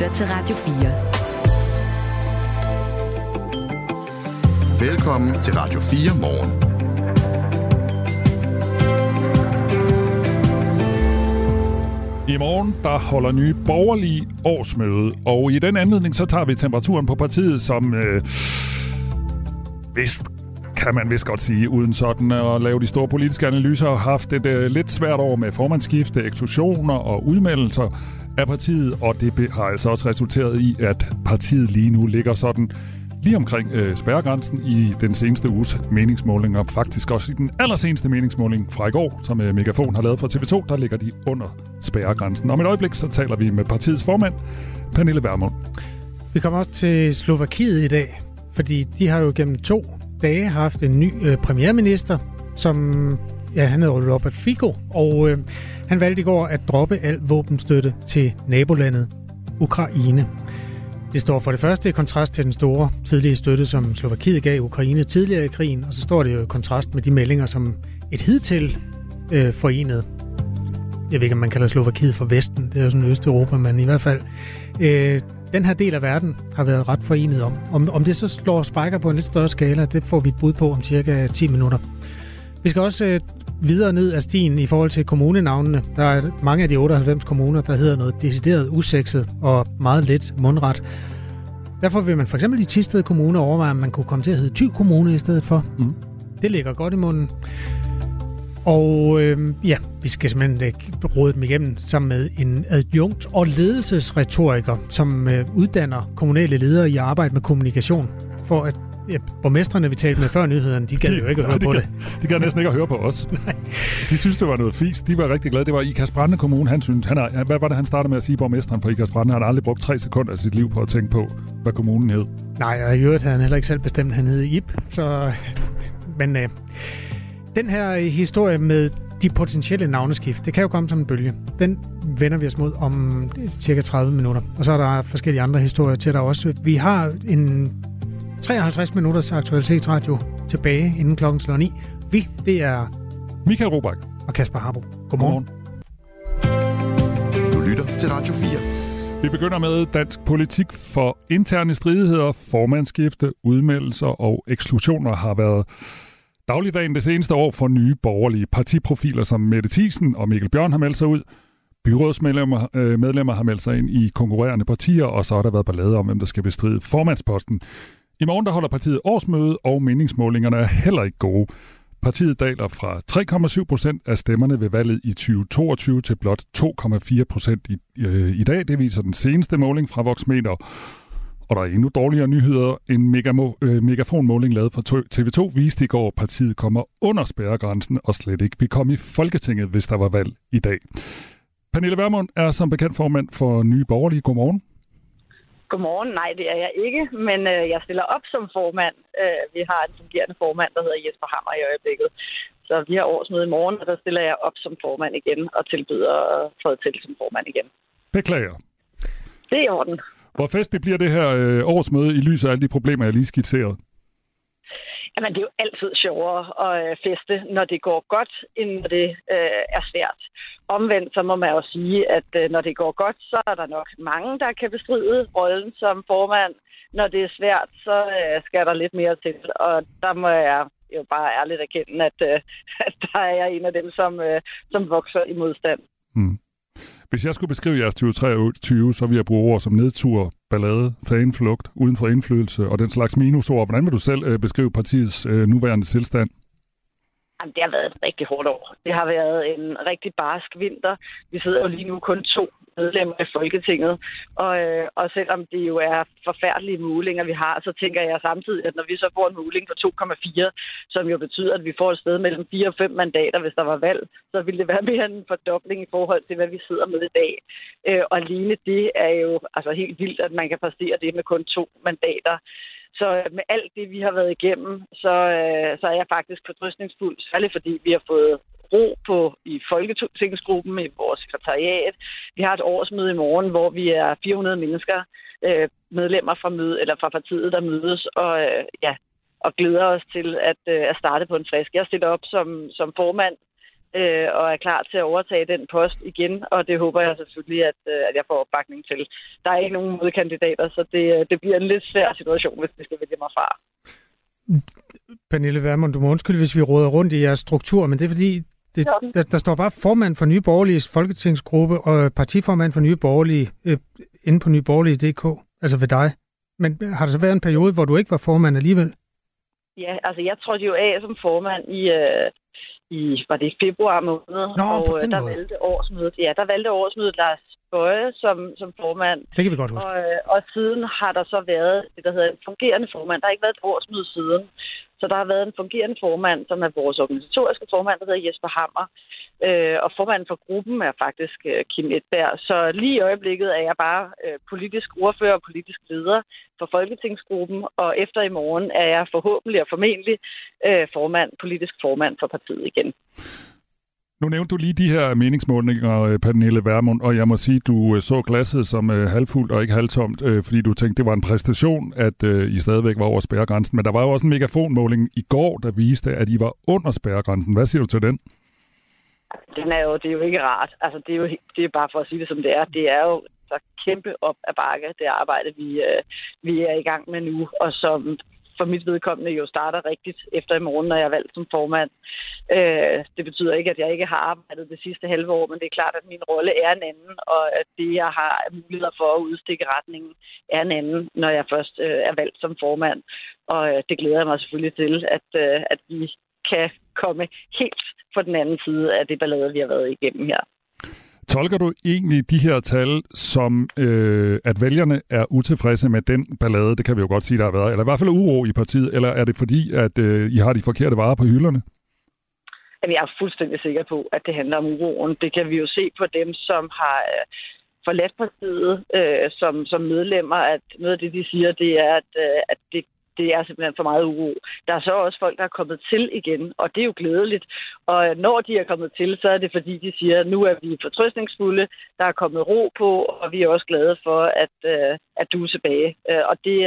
lytter til Radio 4. Velkommen til Radio 4 morgen. I morgen, der holder Nye Borgerlige årsmøde, og i den anledning, så tager vi temperaturen på partiet, som vist kan man vist godt sige, uden sådan at lave de store politiske analyser, har haft et lidt svært år med formandsskifte, eksklusioner og udmeldelser af partiet, og det har altså også resulteret i, at partiet lige nu ligger sådan lige omkring spærregrænsen i den seneste uges meningsmåling, og faktisk også i den allerseneste meningsmåling fra i går, som Megafon har lavet for TV2, der ligger de under spærregrænsen. Om et øjeblik, så taler vi med partiets formand, Pernille Vermund. Vi kommer også til Slovakiet i dag, fordi de har jo gennem 2 dage haft en ny premierminister, som han hedder Robert Fico, og han valgte i går at droppe al våbenstøtte til nabolandet Ukraine. Det står for det første i kontrast til den store tidlige støtte, som Slovakiet gav Ukraine tidligere i krigen, og så står det jo i kontrast med de meldinger, som et hidtil forenet, jeg ved ikke, om man kalder Slovakiet for Vesten, det er jo sådan Østeuropa, men i hvert fald den her del af verden har været ret forenet om. Om det så slår sprækker på en lidt større skala, det får vi et bud på om cirka 10 minutter. Vi skal også videre ned af stien i forhold til kommunenavnene. Der er mange af de 98 kommuner, der hedder noget decideret usekset og meget lidt mundret. Derfor vil man for eksempel i Thisted Kommune overveje, om man kunne komme til at hedde Thy Kommune i stedet for. Det ligger godt i munden. Og vi skal simpelthen råde dem igennem sammen med en adjunkt og ledelsesretoriker, som uddanner kommunale ledere i arbejde med kommunikation, for at borgmestrene, vi talte med før nyhederne, de gad jo ikke at høre på det. De gad næsten ikke at høre på os. De synes, det var noget fisk. De var rigtig glade. Det var Ikast-Brande Kommune. Hvad var det, han startede med at sige, borgmesteren for Ikast-Brande? Han har aldrig brugt 3 sekunder af sit liv på at tænke på, hvad kommunen hed. Nej, og i øvrigt havde han heller ikke selv bestemt, at han hed Ib. Men den her historie med de potentielle navneskift, det kan jo komme som en bølge. Den vender vi os mod om cirka 30 minutter. Og så er der forskellige andre historier til der også. Vi har en 53 minutters aktualitetsradio tilbage inden klokken slår 9. Det er Michael Robach og Kasper Harbo. Godmorgen. Du lytter til Radio 4. Vi begynder med dansk politik, for interne stridigheder, formandsskifte, udmeldelser og eksklusioner har været dagligdagen det seneste år for Nye Borgerlige. Partiprofiler som Mette Thiesen og Mikkel Bjørn har meldt sig ud. Byrådsmedlemmer har meldt sig ind i konkurrerende partier, og så har der været ballade om, hvem der skal bestride formandsposten. I morgen der holder partiet årsmøde, og meningsmålingerne er heller ikke gode. Partiet daler fra 3,7% af stemmerne ved valget i 2022 til blot 2,4% i dag. Det viser den seneste måling fra Voxmeter. Og der er endnu dårligere nyheder. En megafonmåling lavet fra TV2 viste i går, at partiet kommer under spærregrænsen og slet ikke vil komme i Folketinget, hvis der var valg i dag. Pernille Vermund er som bekendt formand for Nye Borgerlige. Godmorgen. Godmorgen. Nej, det er jeg ikke, men jeg stiller op som formand. Vi har en fungerende formand, der hedder Jesper Hammer i øjeblikket. Så vi har årsmøde i morgen, og der stiller jeg op som formand igen og tilbyder at træde til som formand igen. Beklager. Det er i orden. Hvor festligt bliver det her årsmøde i lyset af alle de problemer, jeg lige skitserede? Jamen, det er jo altid sjovere at feste, når det går godt, end når det er svært. Omvendt, så må man jo sige, at når det går godt, så er der nok mange, der kan bestride rollen som formand. Når det er svært, så skal der lidt mere til. Og der må jeg jo bare ærligt erkende, at der er jeg en af dem, som vokser i modstand. Hvis jeg skulle beskrive jeres 2023, så vil jeg bruge ord som nedtur, ballade, faneflugt, uden for indflydelse og den slags minusord. Hvordan vil du selv beskrive partiets nuværende tilstand? Jamen, det har været et rigtig hårdt år. Det har været en rigtig barsk vinter. Vi sidder jo lige nu kun 2 medlemmer i Folketinget, og selvom det jo er forfærdelige målinger, vi har, så tænker jeg samtidig, at når vi så får en måling på 2,4, som jo betyder, at vi får et sted mellem 4 og 5 mandater, hvis der var valg, så ville det være mere end en fordobling i forhold til, hvad vi sidder med i dag. Og alene det er jo altså helt vildt, at man kan præstere det med kun 2 mandater. Så med alt det, vi har været igennem, så er jeg faktisk fortrøstningsfuld, særligt fordi vi har fået ro i Folketingsgruppen, i vores sekretariat. Vi har et årsmøde i morgen, hvor vi er 400 mennesker, medlemmer fra partiet, der mødes og glæder os til at starte på en frisk. Jeg stiller op som formand og er klar til at overtage den post igen, og det håber jeg selvfølgelig, at jeg får opbakning til. Der er ikke nogen modkandidater, så det bliver en lidt svær situation, hvis det skal vælge mig fra. Pernille Vermund, du må undskylde, hvis vi råder rundt i jeres struktur, men det er fordi, der står bare formand for Nye Borgerliges folketingsgruppe og partiformand for Nye Borgerlige inde på nyborgerlige.dk, altså ved dig. Men har der så været en periode, hvor du ikke var formand alligevel? Ja, altså jeg trådte jo af som formand i var det februar måned, og der valgte årsmødet Lars Boje som formand. Det kan vi godt huske. Og siden har der så været det, der hedder en fungerende formand. Der har ikke været et årsmøde siden. Så der har været en fungerende formand, som er vores organisatoriske formand, der hedder Jesper Hammer. Og formanden for gruppen er faktisk Kim Edberg. Så lige i øjeblikket er jeg bare politisk ordfører og politisk leder for Folketingsgruppen. Og efter i morgen er jeg forhåbentlig og formentlig politisk formand for partiet igen. Nu nævnte du lige de her meningsmålinger, Pernille Vermund, og jeg må sige, at du så glasset som halvfuldt og ikke halvtomt, fordi du tænkte, det var en præstation, at I stadigvæk var over spærregrænsen. Men der var jo også en megafonmåling i går, der viste, at I var under spærregrænsen. Hvad siger du til den? Det er jo ikke rart. Altså, det er bare for at sige det, som det er. Det er jo så kæmpe op ad bakke, det arbejde, vi er i gang med nu, og som for mit vedkommende jo starter rigtigt efter i morgen, når jeg er valgt som formand. Det betyder ikke, at jeg ikke har arbejdet det sidste halve år, men det er klart, at min rolle er en anden, og at det, jeg har muligheder for at udstikke retningen, er en anden, når jeg først er valgt som formand. Og det glæder jeg mig selvfølgelig til, at vi kan komme helt på den anden side af det ballade, vi har været igennem her. Tolker du egentlig de her tal som, at vælgerne er utilfredse med den ballade, det kan vi jo godt sige, der har været, eller i hvert fald uro i partiet, eller er det fordi, at I har de forkerte varer på hylderne? Jeg er fuldstændig sikker på, at det handler om uroen. Det kan vi jo se på dem, som har forladt partiet som medlemmer, at noget af det, de siger, det er, at det er simpelthen for meget uro. Der er så også folk, der er kommet til igen, og det er jo glædeligt. Og når de er kommet til, så er det fordi, de siger, at nu er vi fortrøstningsfulde, der er kommet ro på, og vi er også glade for, at du er tilbage. Og det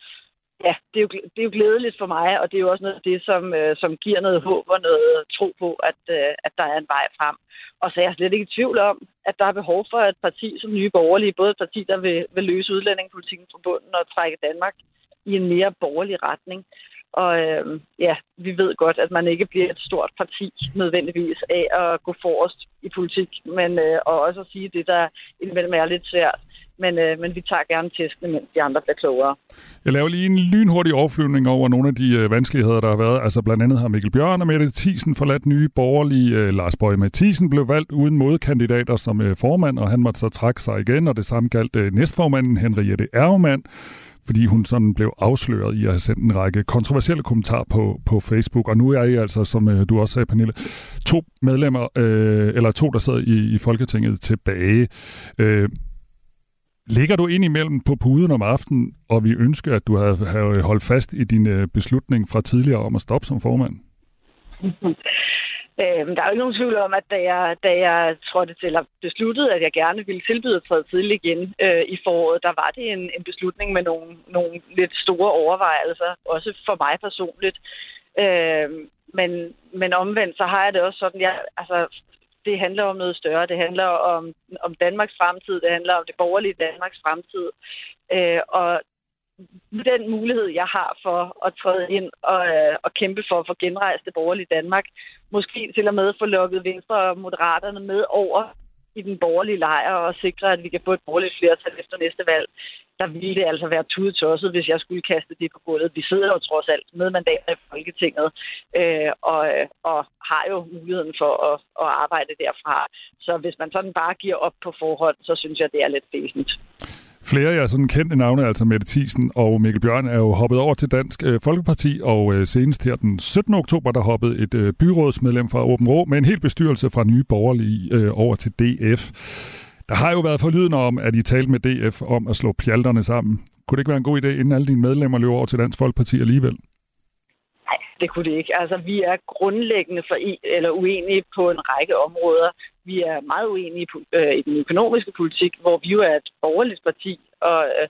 er jo glædeligt for mig, og det er jo også noget af det, som giver noget håb og noget tro på, at der er en vej frem. Og så er jeg slet ikke i tvivl om, at der er behov for et parti som Nye Borgerlige, både et parti, der vil løse udlændingepolitikken fra bunden og trække Danmark i en mere borgerlig retning. Og vi ved godt, at man ikke bliver et stort parti nødvendigvis af at gå forrest i politik, men og også at sige det, der indimellem er lidt svært. Men vi tager gerne testene, mens de andre bliver klogere. Jeg laver lige en lynhurtig overflyvning over nogle af de vanskeligheder, der har været. Altså blandt andet har Mikkel Bjørn og Mette Thiesen forladt Nye Borgerlige. Lars Boje Mathiesen blev valgt uden modkandidater som formand, og han måtte så trække sig igen, og det samme galt næstformanden Henriette Ermann, fordi hun sådan blev afsløret i at have sendt en række kontroversielle kommentarer på Facebook. Og nu er I altså, som du også sagde, Pernille, to medlemmer, eller to, der sidder i Folketinget tilbage. Ligger du ind imellem på puden om aftenen, og vi ønsker, at du havde holdt fast i din beslutning fra tidligere om at stoppe som formand? Der er jo ikke nogen tvivl om, at da jeg trådte til, eller besluttede, at jeg gerne ville tilbyde at træde tidligt igen i foråret, der var det en beslutning med nogle lidt store overvejelser, også for mig personligt. Men omvendt, så har jeg det også sådan, det handler om noget større. Det handler om Danmarks fremtid. Det handler om det borgerlige Danmarks fremtid. Og den mulighed, jeg har for at træde ind og kæmpe for at få genrejst det borgerlige Danmark, måske til og med få lukket Venstre og Moderaterne med over i den borgerlige lejr og sikre, at vi kan få et borgerligt flertal efter næste valg, der ville det altså være tudetosset, hvis jeg skulle kaste det på gulvet. Vi sidder jo trods alt med mandater i Folketinget og har jo muligheden for at arbejde derfra. Så hvis man sådan bare giver op på forhånd, så synes jeg, det er lidt fæsent. Flere af jer sådan kendte navne, altså Mette Thiesen og Mikkel Bjørn, er jo hoppet over til Dansk Folkeparti, og senest her den 17. oktober, der hoppede et byrådsmedlem fra Åben Rå med en hel bestyrelse fra Nye Borgerlige over til DF. Der har jo været forlydende om, at I talte med DF om at slå pjalterne sammen. Kunne det ikke være en god idé, inden alle dine medlemmer løber over til Dansk Folkeparti alligevel? Nej, det kunne det ikke. Altså, vi er grundlæggende uenige på en række områder. Vi er meget uenige i den økonomiske politik, hvor vi jo er et borgerligt parti,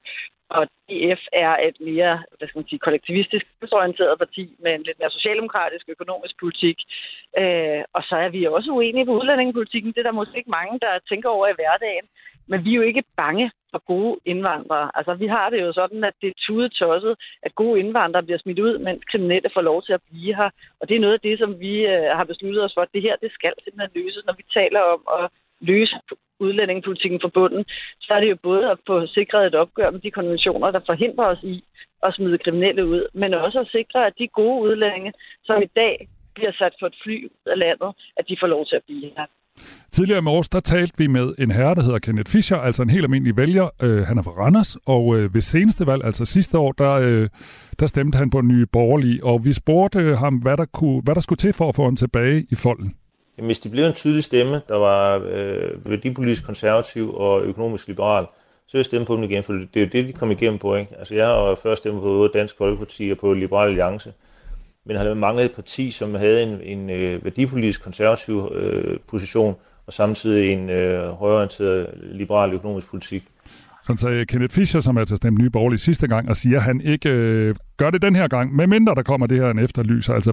Og DF er et mere, kollektivistisk orienteret parti med en lidt mere socialdemokratisk økonomisk politik. Og så er vi også uenige på udlændingepolitikken. Det er der måske ikke mange, der tænker over i hverdagen. Men vi er jo ikke bange for gode indvandrere. Altså, vi har det jo sådan, at det er tudetosset, at gode indvandrere bliver smidt ud, mens kriminelle får lov til at blive her. Og det er noget af det, som vi har besluttet os for, at det her, det skal simpelthen løses. Når vi taler om at løse udlændingepolitikken fra bunden, så er det jo både at få sikret et opgør med de konventioner, der forhindrer os i at smide kriminelle ud, men også at sikre, at de gode udlændinge, som i dag bliver sat på et fly ud af landet, at de får lov til at blive her. Tidligere i morges, der talte vi med en herre, der hedder Kenneth Fischer, altså en helt almindelig vælger. Han er fra Randers, og ved seneste valg, altså sidste år, der stemte han på Nye Borgerlige, og vi spurgte ham, hvad der skulle til for at få ham tilbage i folden. Jamen, hvis de blev en tydelig stemme, der var værdipolitisk konservativ og økonomisk liberal, så vil jeg stemme på dem igen, for det er jo det, de kom igennem på, ikke? Altså, jeg har først stemt på både Dansk Folkeparti og på Liberal Alliance, men har manglet et parti, som havde en værdipolitisk konservativ position, og samtidig en højreorienteret liberal økonomisk politik. Sådan sagde Kenneth Fischer, som altså stemte Nye Borgerlige sidste gang, og siger, at han ikke gør det den her gang, medmindre der kommer det her en efterlys, altså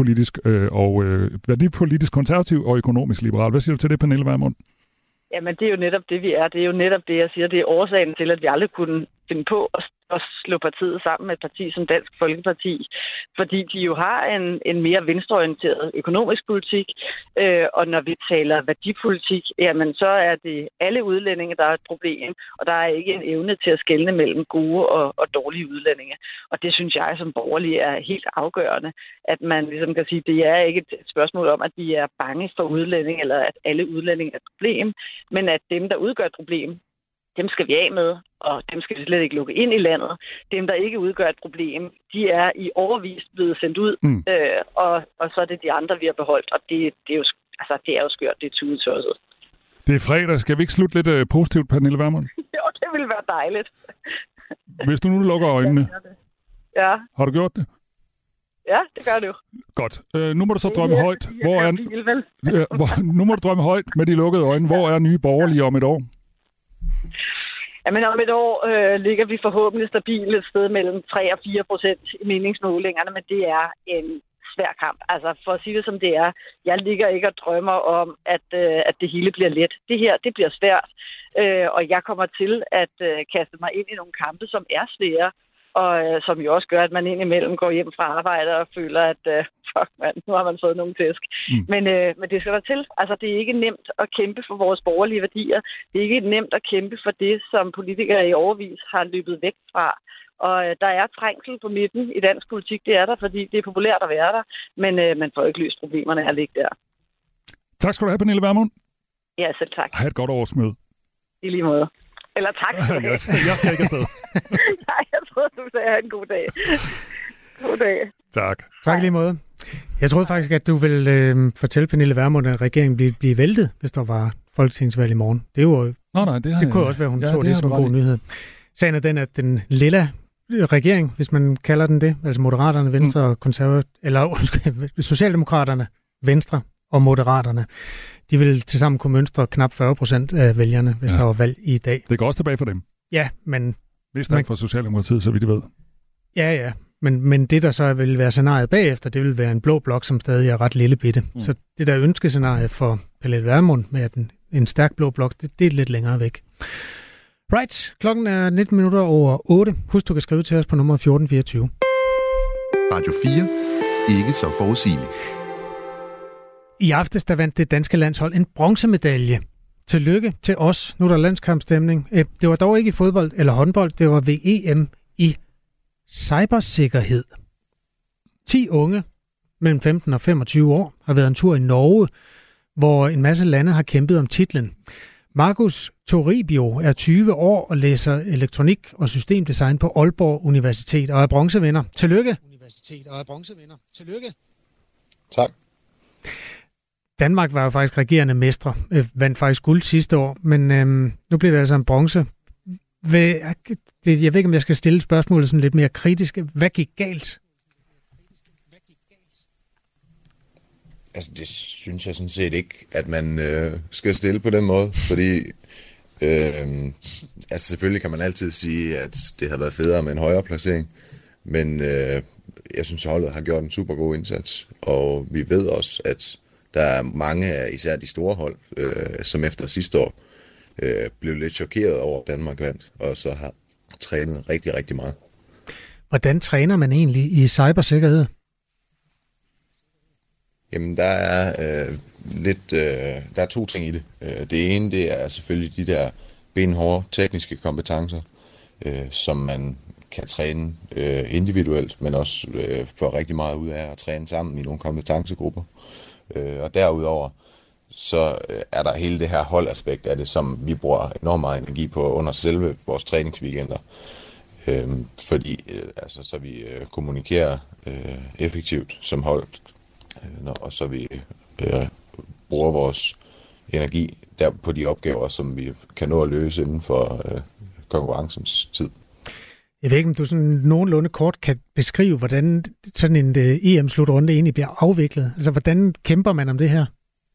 værdipolitisk konservativ og økonomisk liberal. Hvad siger du til det, Pernille Vermund? Jamen, det er jo netop det, vi er. Det er jo netop det, jeg siger. Det er årsagen til, at vi aldrig kunne finde på at slå partiet sammen med et parti som Dansk Folkeparti. Fordi de jo har en mere venstreorienteret økonomisk politik. Og når vi taler værdipolitik, jamen så er det alle udlændinge, der er et problem. Og der er ikke en evne til at skelne mellem gode og dårlige udlændinge. Og det synes jeg som borgerlig er helt afgørende. At man ligesom kan sige, det er ikke et spørgsmål om, at vi er bange for udlændinge, eller at alle udlændinge er et problem. Men at dem, der udgør et problem, dem skal vi af med, og dem skal vi slet ikke lukke ind i landet. Dem, der ikke udgør et problem, de er i årevis blevet sendt ud, og så er det de andre, vi har beholdt. Og det er jo skørt, det er tudetosset. Det er fredag. Skal vi ikke slutte lidt positivt, Pernille Vermund? Jo, det ville være dejligt. Hvis du nu lukker øjnene. Ja. Har du gjort det? Ja, det gør det jo. Godt. Nu må du så drømme højt. Nu må du drømme højt med de lukkede øjne. Hvor er Nye Borgerlige om et år? Jamen om et år ligger vi forhåbentlig stabilt et sted mellem 3 og 4% i meningsmålingerne, men det er en svær kamp. Altså for at sige det som det er, jeg ligger ikke og drømmer om, at det hele bliver let. Det her, det bliver svært, og jeg kommer til at kaste mig ind i nogle kampe, som er svære, og som jo også gør, at man indimellem går hjem fra arbejde og føler, at fuck mand, nu har man fået nogle tæsk. Men det skal der til. Altså, det er ikke nemt at kæmpe for vores borgerlige værdier. Det er ikke nemt at kæmpe for det, som politikere i overvis har løbet væk fra. Og der er trængsel på midten i dansk politik. Det er der, fordi det er populært at være der. Men man får ikke løst problemerne af at ligge der. Tak skal du have, Pernille Vermund. Ja, selv tak. Ha' et godt årsmøde. I lige måde. Eller tak skal du have. Jeg skal ikke afsted. Nej, jeg troede, du sagde, have en god dag. God dag. Tak. Tak lige måde. Jeg troede faktisk, at du ville fortælle Pernille Vermund, at regeringen bliver væltet, hvis der var folketingsvalg i morgen. Det er jo, det kunne også være, hun så det som en god nyhed. Sagen er den, at den lille regering, hvis man kalder den det, altså Moderaterne, Venstre og Socialdemokraterne, Venstre og Moderaterne, de vil tilsammen kunne mønstre knap 40% af vælgerne, hvis der var valg i dag. Det går også tilbage for dem. Ja, men... Hvis der ikke for Socialdemokratiet, så vidt I ved. Ja. Men det, der så vil være scenariet bagefter, det vil være en blå blok, som stadig er ret lille bitte. Så det der ønskescenarie for Pernille Vermund med en stærk blå blok, det er lidt længere væk. Right, klokken er 19 minutter over 8. Husk, du kan skrive til os på nummer 1424. Radio 4. Ikke så forudsigeligt. I aftes, der vandt det danske landshold en bronzemedalje. Tillykke til os. Nu er der landskampstemning. Det var dog ikke i fodbold eller håndbold. Det var ved EM i cybersikkerhed. 10 unge mellem 15 og 25 år har været en tur i Norge, hvor en masse lande har kæmpet om titlen. Markus Toribio er 20 år og læser elektronik og systemdesign på Aalborg Universitet og er bronzevinder. Tillykke. Tillykke. Tak. Danmark var jo faktisk regerende mestre, vandt faktisk guld sidste år, men nu bliver det altså en bronze. Jeg ved ikke, om jeg skal stille spørgsmålet sådan lidt mere kritisk. Hvad gik galt? Altså, det synes jeg sådan set ikke, at man skal stille på den måde, fordi Altså selvfølgelig kan man altid sige, at det har været federe med en højere placering, men jeg synes, at holdet har gjort en super god indsats, og vi ved også, at der er mange af især de store hold, som efter sidste år blev lidt chokeret over, at Danmark vandt, og så har trænet rigtig, rigtig meget. Hvordan træner man egentlig i cybersikkerhed? Jamen, der er to ting i det. Det ene, det er selvfølgelig de der benhårde tekniske kompetencer, som man kan træne individuelt, men også få rigtig meget ud af at træne sammen i nogle kompetencegrupper. Og derudover, så er der hele det her holdaspekt af det, som vi bruger enormt meget energi på under selve vores træningsweekender. Fordi så vi kommunikerer effektivt som hold, og så vi bruger vores energi der på de opgaver, som vi kan nå at løse inden for konkurrencens tid. Jeg ved ikke, om du sådan nogenlunde kort kan beskrive, hvordan sådan en EM-slutrunde egentlig bliver afviklet. Altså, hvordan kæmper man om det her?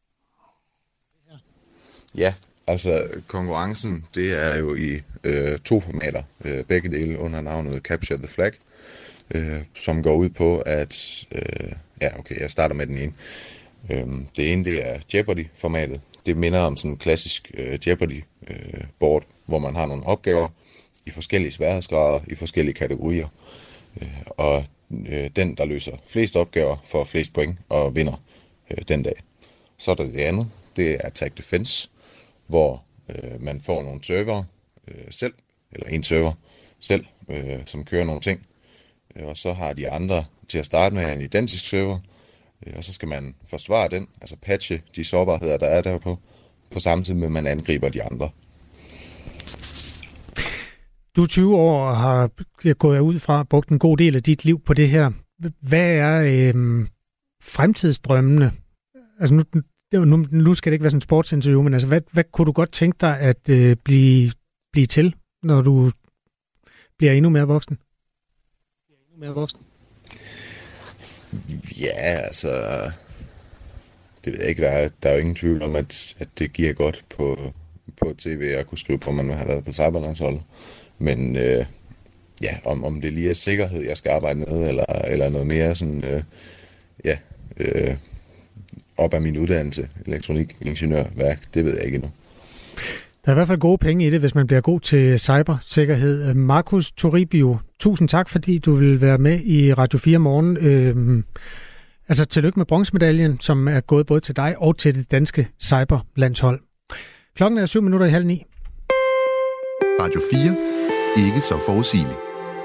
Ja, altså konkurrencen, det er jo i 2 formater, begge dele under navnet Capture the Flag, som går ud på, at jeg starter med den ene. Det ene, det er Jeopardy-formatet. Det minder om sådan en klassisk Jeopardy-board, hvor man har nogle opgaver i forskellige sværhedsgrader, i forskellige kategorier. Og den, der løser flest opgaver, får flest point og vinder den dag. Så er der det andet, det er Attack Defense, hvor man får nogle server selv, eller en server selv, som kører nogle ting. Og så har de andre til at starte med en identisk server, og så skal man forsvare den, altså patche de sårbarheder, der er derpå, på samme tid med, at man angriber de andre. Du er 20 år og har gået ud fra brugt en god del af dit liv på det her. Hvad er fremtidsdrømmene? Altså nu skal det ikke være sådan et sportsinterview, men altså hvad kunne du godt tænke dig at blive til, når du bliver endnu mere voksen? Ja, altså det ved jeg ikke. Der er jo ingen tvivl om, at det giver godt på tv at kunne skrive på, at man har været på cyberlandsholdet. Men om det lige er sikkerhed, jeg skal arbejde med, eller noget mere sådan, op af min uddannelse, elektronikingeniørværk, det ved jeg ikke endnu. Der er i hvert fald gode penge i det, hvis man bliver god til cybersikkerhed. Markus Toribio, tusind tak, fordi du vil være med i Radio 4 morgen. Altså tillykke med bronzemedaljen, som er gået både til dig og til det danske cyberlandshold. Klokken er 7:07. Radio 4. Ikke så forudsigeligt.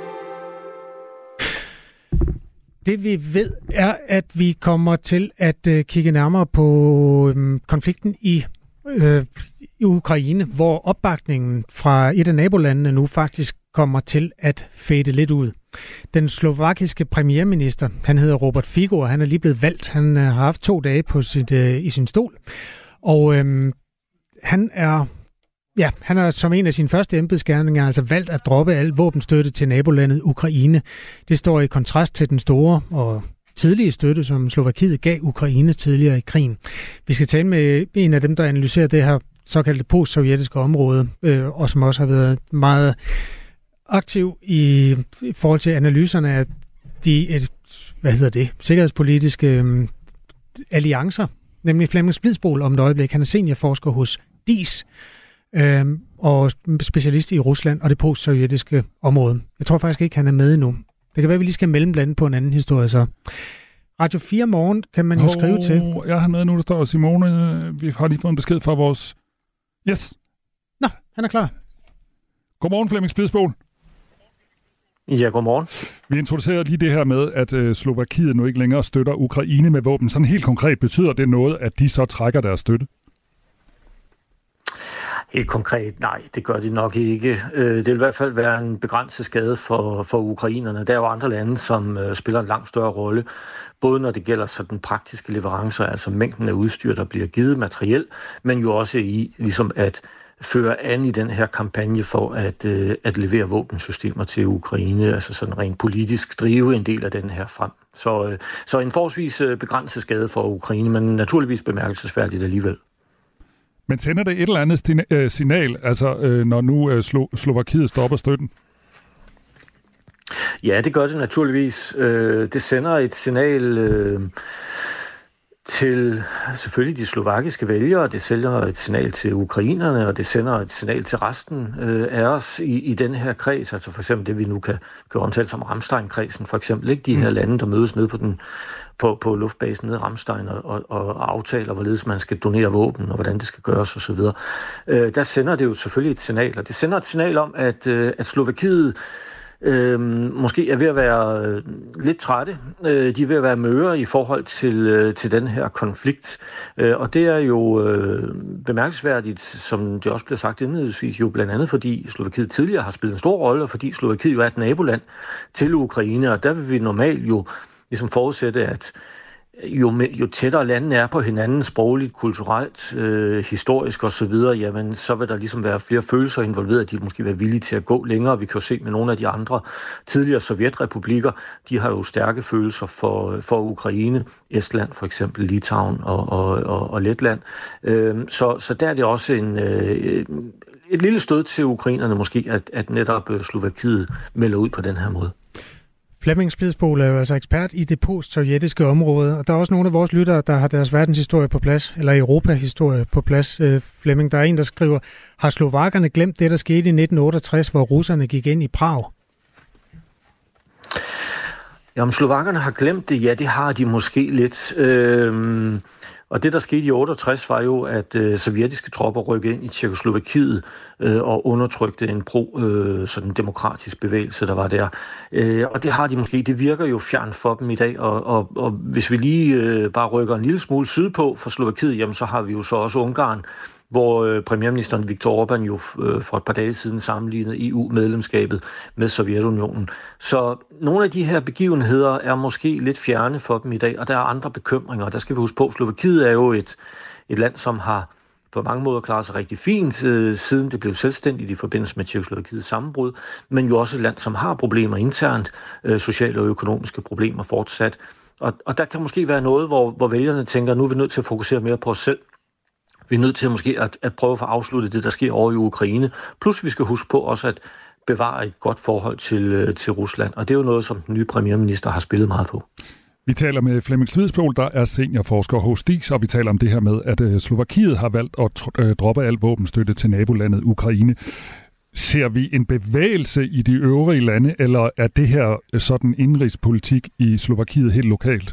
Det vi ved er, at vi kommer til at kigge nærmere på konflikten i Ukraine, hvor opbakningen fra et af nabolandene nu faktisk kommer til at fade lidt ud. Den slovakiske premierminister, han hedder Robert Fico, og han er lige blevet valgt. Han har haft 2 dage på i sin stol, og han er som en af sine første embedsgerninger altså valgt at droppe al våbenstøtte til nabolandet Ukraine. Det står i kontrast til den store og tidlige støtte, som Slovakiet gav Ukraine tidligere i krigen. Vi skal tale med en af dem, der analyserer det her såkaldte post-sovjetiske område, og som også har været meget aktiv i forhold til analyserne af de sikkerhedspolitiske alliancer, nemlig Flemming Splidsboel om et øjeblik. Han er seniorforsker hos DIS, og specialist i Rusland og det post-sovjetiske område. Jeg tror faktisk ikke, han er med endnu. Det kan være, at vi lige skal mellemblande på en anden historie så. Radio 4 morgen kan man jo skrive til. Jeg har med nu, der står Simone. Vi har lige fået en besked fra vores... Yes. Nå, han er klar. Godmorgen, Flemming Splidsboel. Ja, godmorgen. Vi introducerer lige det her med, at Slovakiet nu ikke længere støtter Ukraine med våben. Sådan helt konkret betyder det noget, at de så trækker deres støtte? Helt konkret, nej, det gør de nok ikke. Det vil i hvert fald være en begrænset skade for ukrainerne. Der er jo andre lande, som spiller en langt større rolle, både når det gælder sådan praktiske leverancer, altså mængden af udstyr, der bliver givet materiel, men jo også i ligesom at føre an i den her kampagne for at levere våbensystemer til Ukraine, altså sådan rent politisk drive en del af den her frem. Så en forholdsvis begrænset skade for Ukraine, men naturligvis bemærkelsesværdigt alligevel. Men sender det et eller andet signal, altså når nu Slovakiet stopper støtten? Ja, det gør det naturligvis. Det sender et signal til selvfølgelig de slovakiske vælgere, det sender et signal til ukrainerne, og det sender et signal til resten af os i denne her kreds, altså for eksempel det, vi nu kan omtale som Ramstein-kredsen, for eksempel, ikke? De her lande, der mødes nede på luftbasen nede i Ramstein og aftaler, hvorledes man skal donere våben, og hvordan det skal gøres osv. Der sender det jo selvfølgelig et signal, og det sender et signal om, at Slovakiet måske er ved at være lidt trætte. De er ved at være møre i forhold til den her konflikt. Og det er jo bemærkelsesværdigt, som det også bliver sagt indledningsvis, jo blandt andet fordi Slovakiet tidligere har spillet en stor rolle, og fordi Slovakiet jo er et naboland til Ukraine, og der vil vi normalt jo ligesom forudsætte, at jo tættere landene er på hinanden, sprogligt, kulturelt, historisk osv., jamen så vil der ligesom være flere følelser involveret, at de måske være villige til at gå længere. Vi kan jo se med nogle af de andre tidligere sovjetrepublikker, de har jo stærke følelser for Ukraine, Estland for eksempel, Litauen og Letland. Så der er det også et lille stød til ukrainerne måske, at netop Slovakiet melder ud på den her måde. Flemming Splidsboel er jo altså ekspert i det post-sovjetiske område, og der er også nogle af vores lyttere, der har deres verdenshistorie på plads, eller Europa-historie på plads. Flemming, der er en, der skriver, har slovakkerne glemt det, der skete i 1968, hvor russerne gik ind i Prag? Jamen, slovakkerne har glemt det, ja, det har de måske lidt. Og det, der skete i 68, var jo, at sovjetiske tropper rykkede ind i Tjekkoslovakiet og undertrykte en sådan demokratisk bevægelse, der var der. Og det har de måske. Det virker jo fjern for dem i dag. Og hvis vi lige bare rykker en lille smule sydpå for Slovakiet, jamen så har vi jo så også Ungarn, hvor premierministeren Viktor Orbán jo for et par dage siden sammenlignede EU-medlemskabet med Sovjetunionen. Så nogle af de her begivenheder er måske lidt fjerne for dem i dag, og der er andre bekymringer. Der skal vi huske på, Slovakiet er jo et land, som har på mange måder klaret sig rigtig fint, siden det blev selvstændigt i forbindelse med Tjekkoslovakiets sammenbrud, men jo også et land, som har problemer internt, sociale og økonomiske problemer fortsat. Og der kan måske være noget, hvor vælgerne tænker, nu er vi nødt til at fokusere mere på os selv. Vi er nødt til måske at prøve at få afsluttet det, der sker over i Ukraine. Plus vi skal huske på også at bevare et godt forhold til Rusland. Og det er jo noget, som den nye premierminister har spillet meget på. Vi taler med Flemming Splidsboel, der er seniorforsker hos DIS, og vi taler om det her med, at Slovakiet har valgt at droppe al våbenstøtte til nabolandet Ukraine. Ser vi en bevægelse i de øvrige lande, eller er det her sådan indrigspolitik i Slovakiet helt lokalt?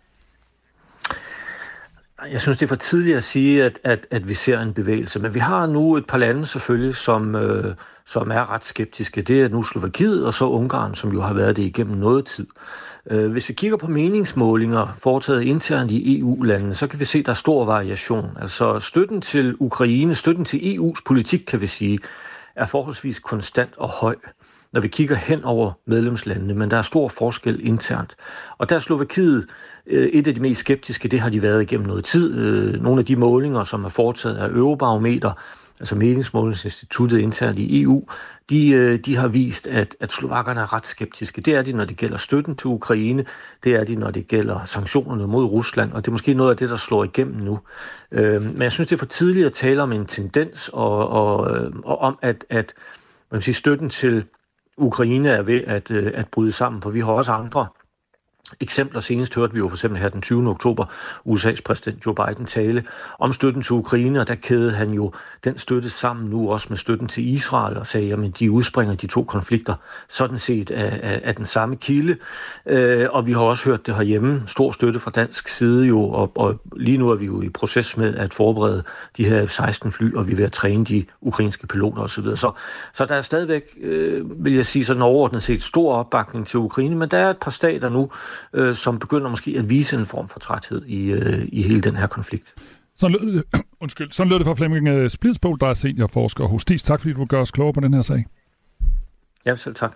Jeg synes, det er for tidligt at sige, at vi ser en bevægelse. Men vi har nu et par lande selvfølgelig, som er ret skeptiske. Det er nu Slovakiet og så Ungarn, som jo har været det igennem noget tid. Hvis vi kigger på meningsmålinger foretaget internt i EU-landene, så kan vi se, at der er stor variation. Altså støtten til Ukraine, støtten til EU's politik, kan vi sige, er forholdsvis konstant og høj, når vi kigger hen over medlemslandene, men der er stor forskel internt. Og der er Slovakiet et af de mest skeptiske, det har de været igennem noget tid. Nogle af de målinger, som er foretaget af Eurobarometer, altså meningsmålingsinstituttet internt i EU, de har vist, at slovakkerne er ret skeptiske. Det er de, når det gælder støtten til Ukraine, det er de, når det gælder sanktionerne mod Rusland, og det er måske noget af det, der slår igennem nu. Men jeg synes, det er for tidligt at tale om en tendens, og om, at man kan sige, støtten til Ukraine er ved at bryde sammen, for vi har også andre eksempler. Senest hørte vi jo for eksempel her den 20. oktober USA's præsident Joe Biden tale om støtten til Ukraine, og der kædede han jo den støtte sammen nu også med støtten til Israel og sagde, jamen de udspringer de to konflikter sådan set af den samme kilde. Og vi har også hørt det herhjemme, stor støtte fra dansk side jo, og lige nu er vi jo i proces med at forberede de her F-16 fly, og vi er ved at træne de ukrainske piloter osv. Så der er stadigvæk, vil jeg sige sådan overordnet set, stor opbakning til Ukraine, men der er et par stater nu, som begynder måske at vise en form for træthed i hele den her konflikt. Sådan lød det fra Flemming Splidsboel, der er seniorforsker hos DIS. Tak fordi du gør os klogere på den her sag. Ja, selv tak.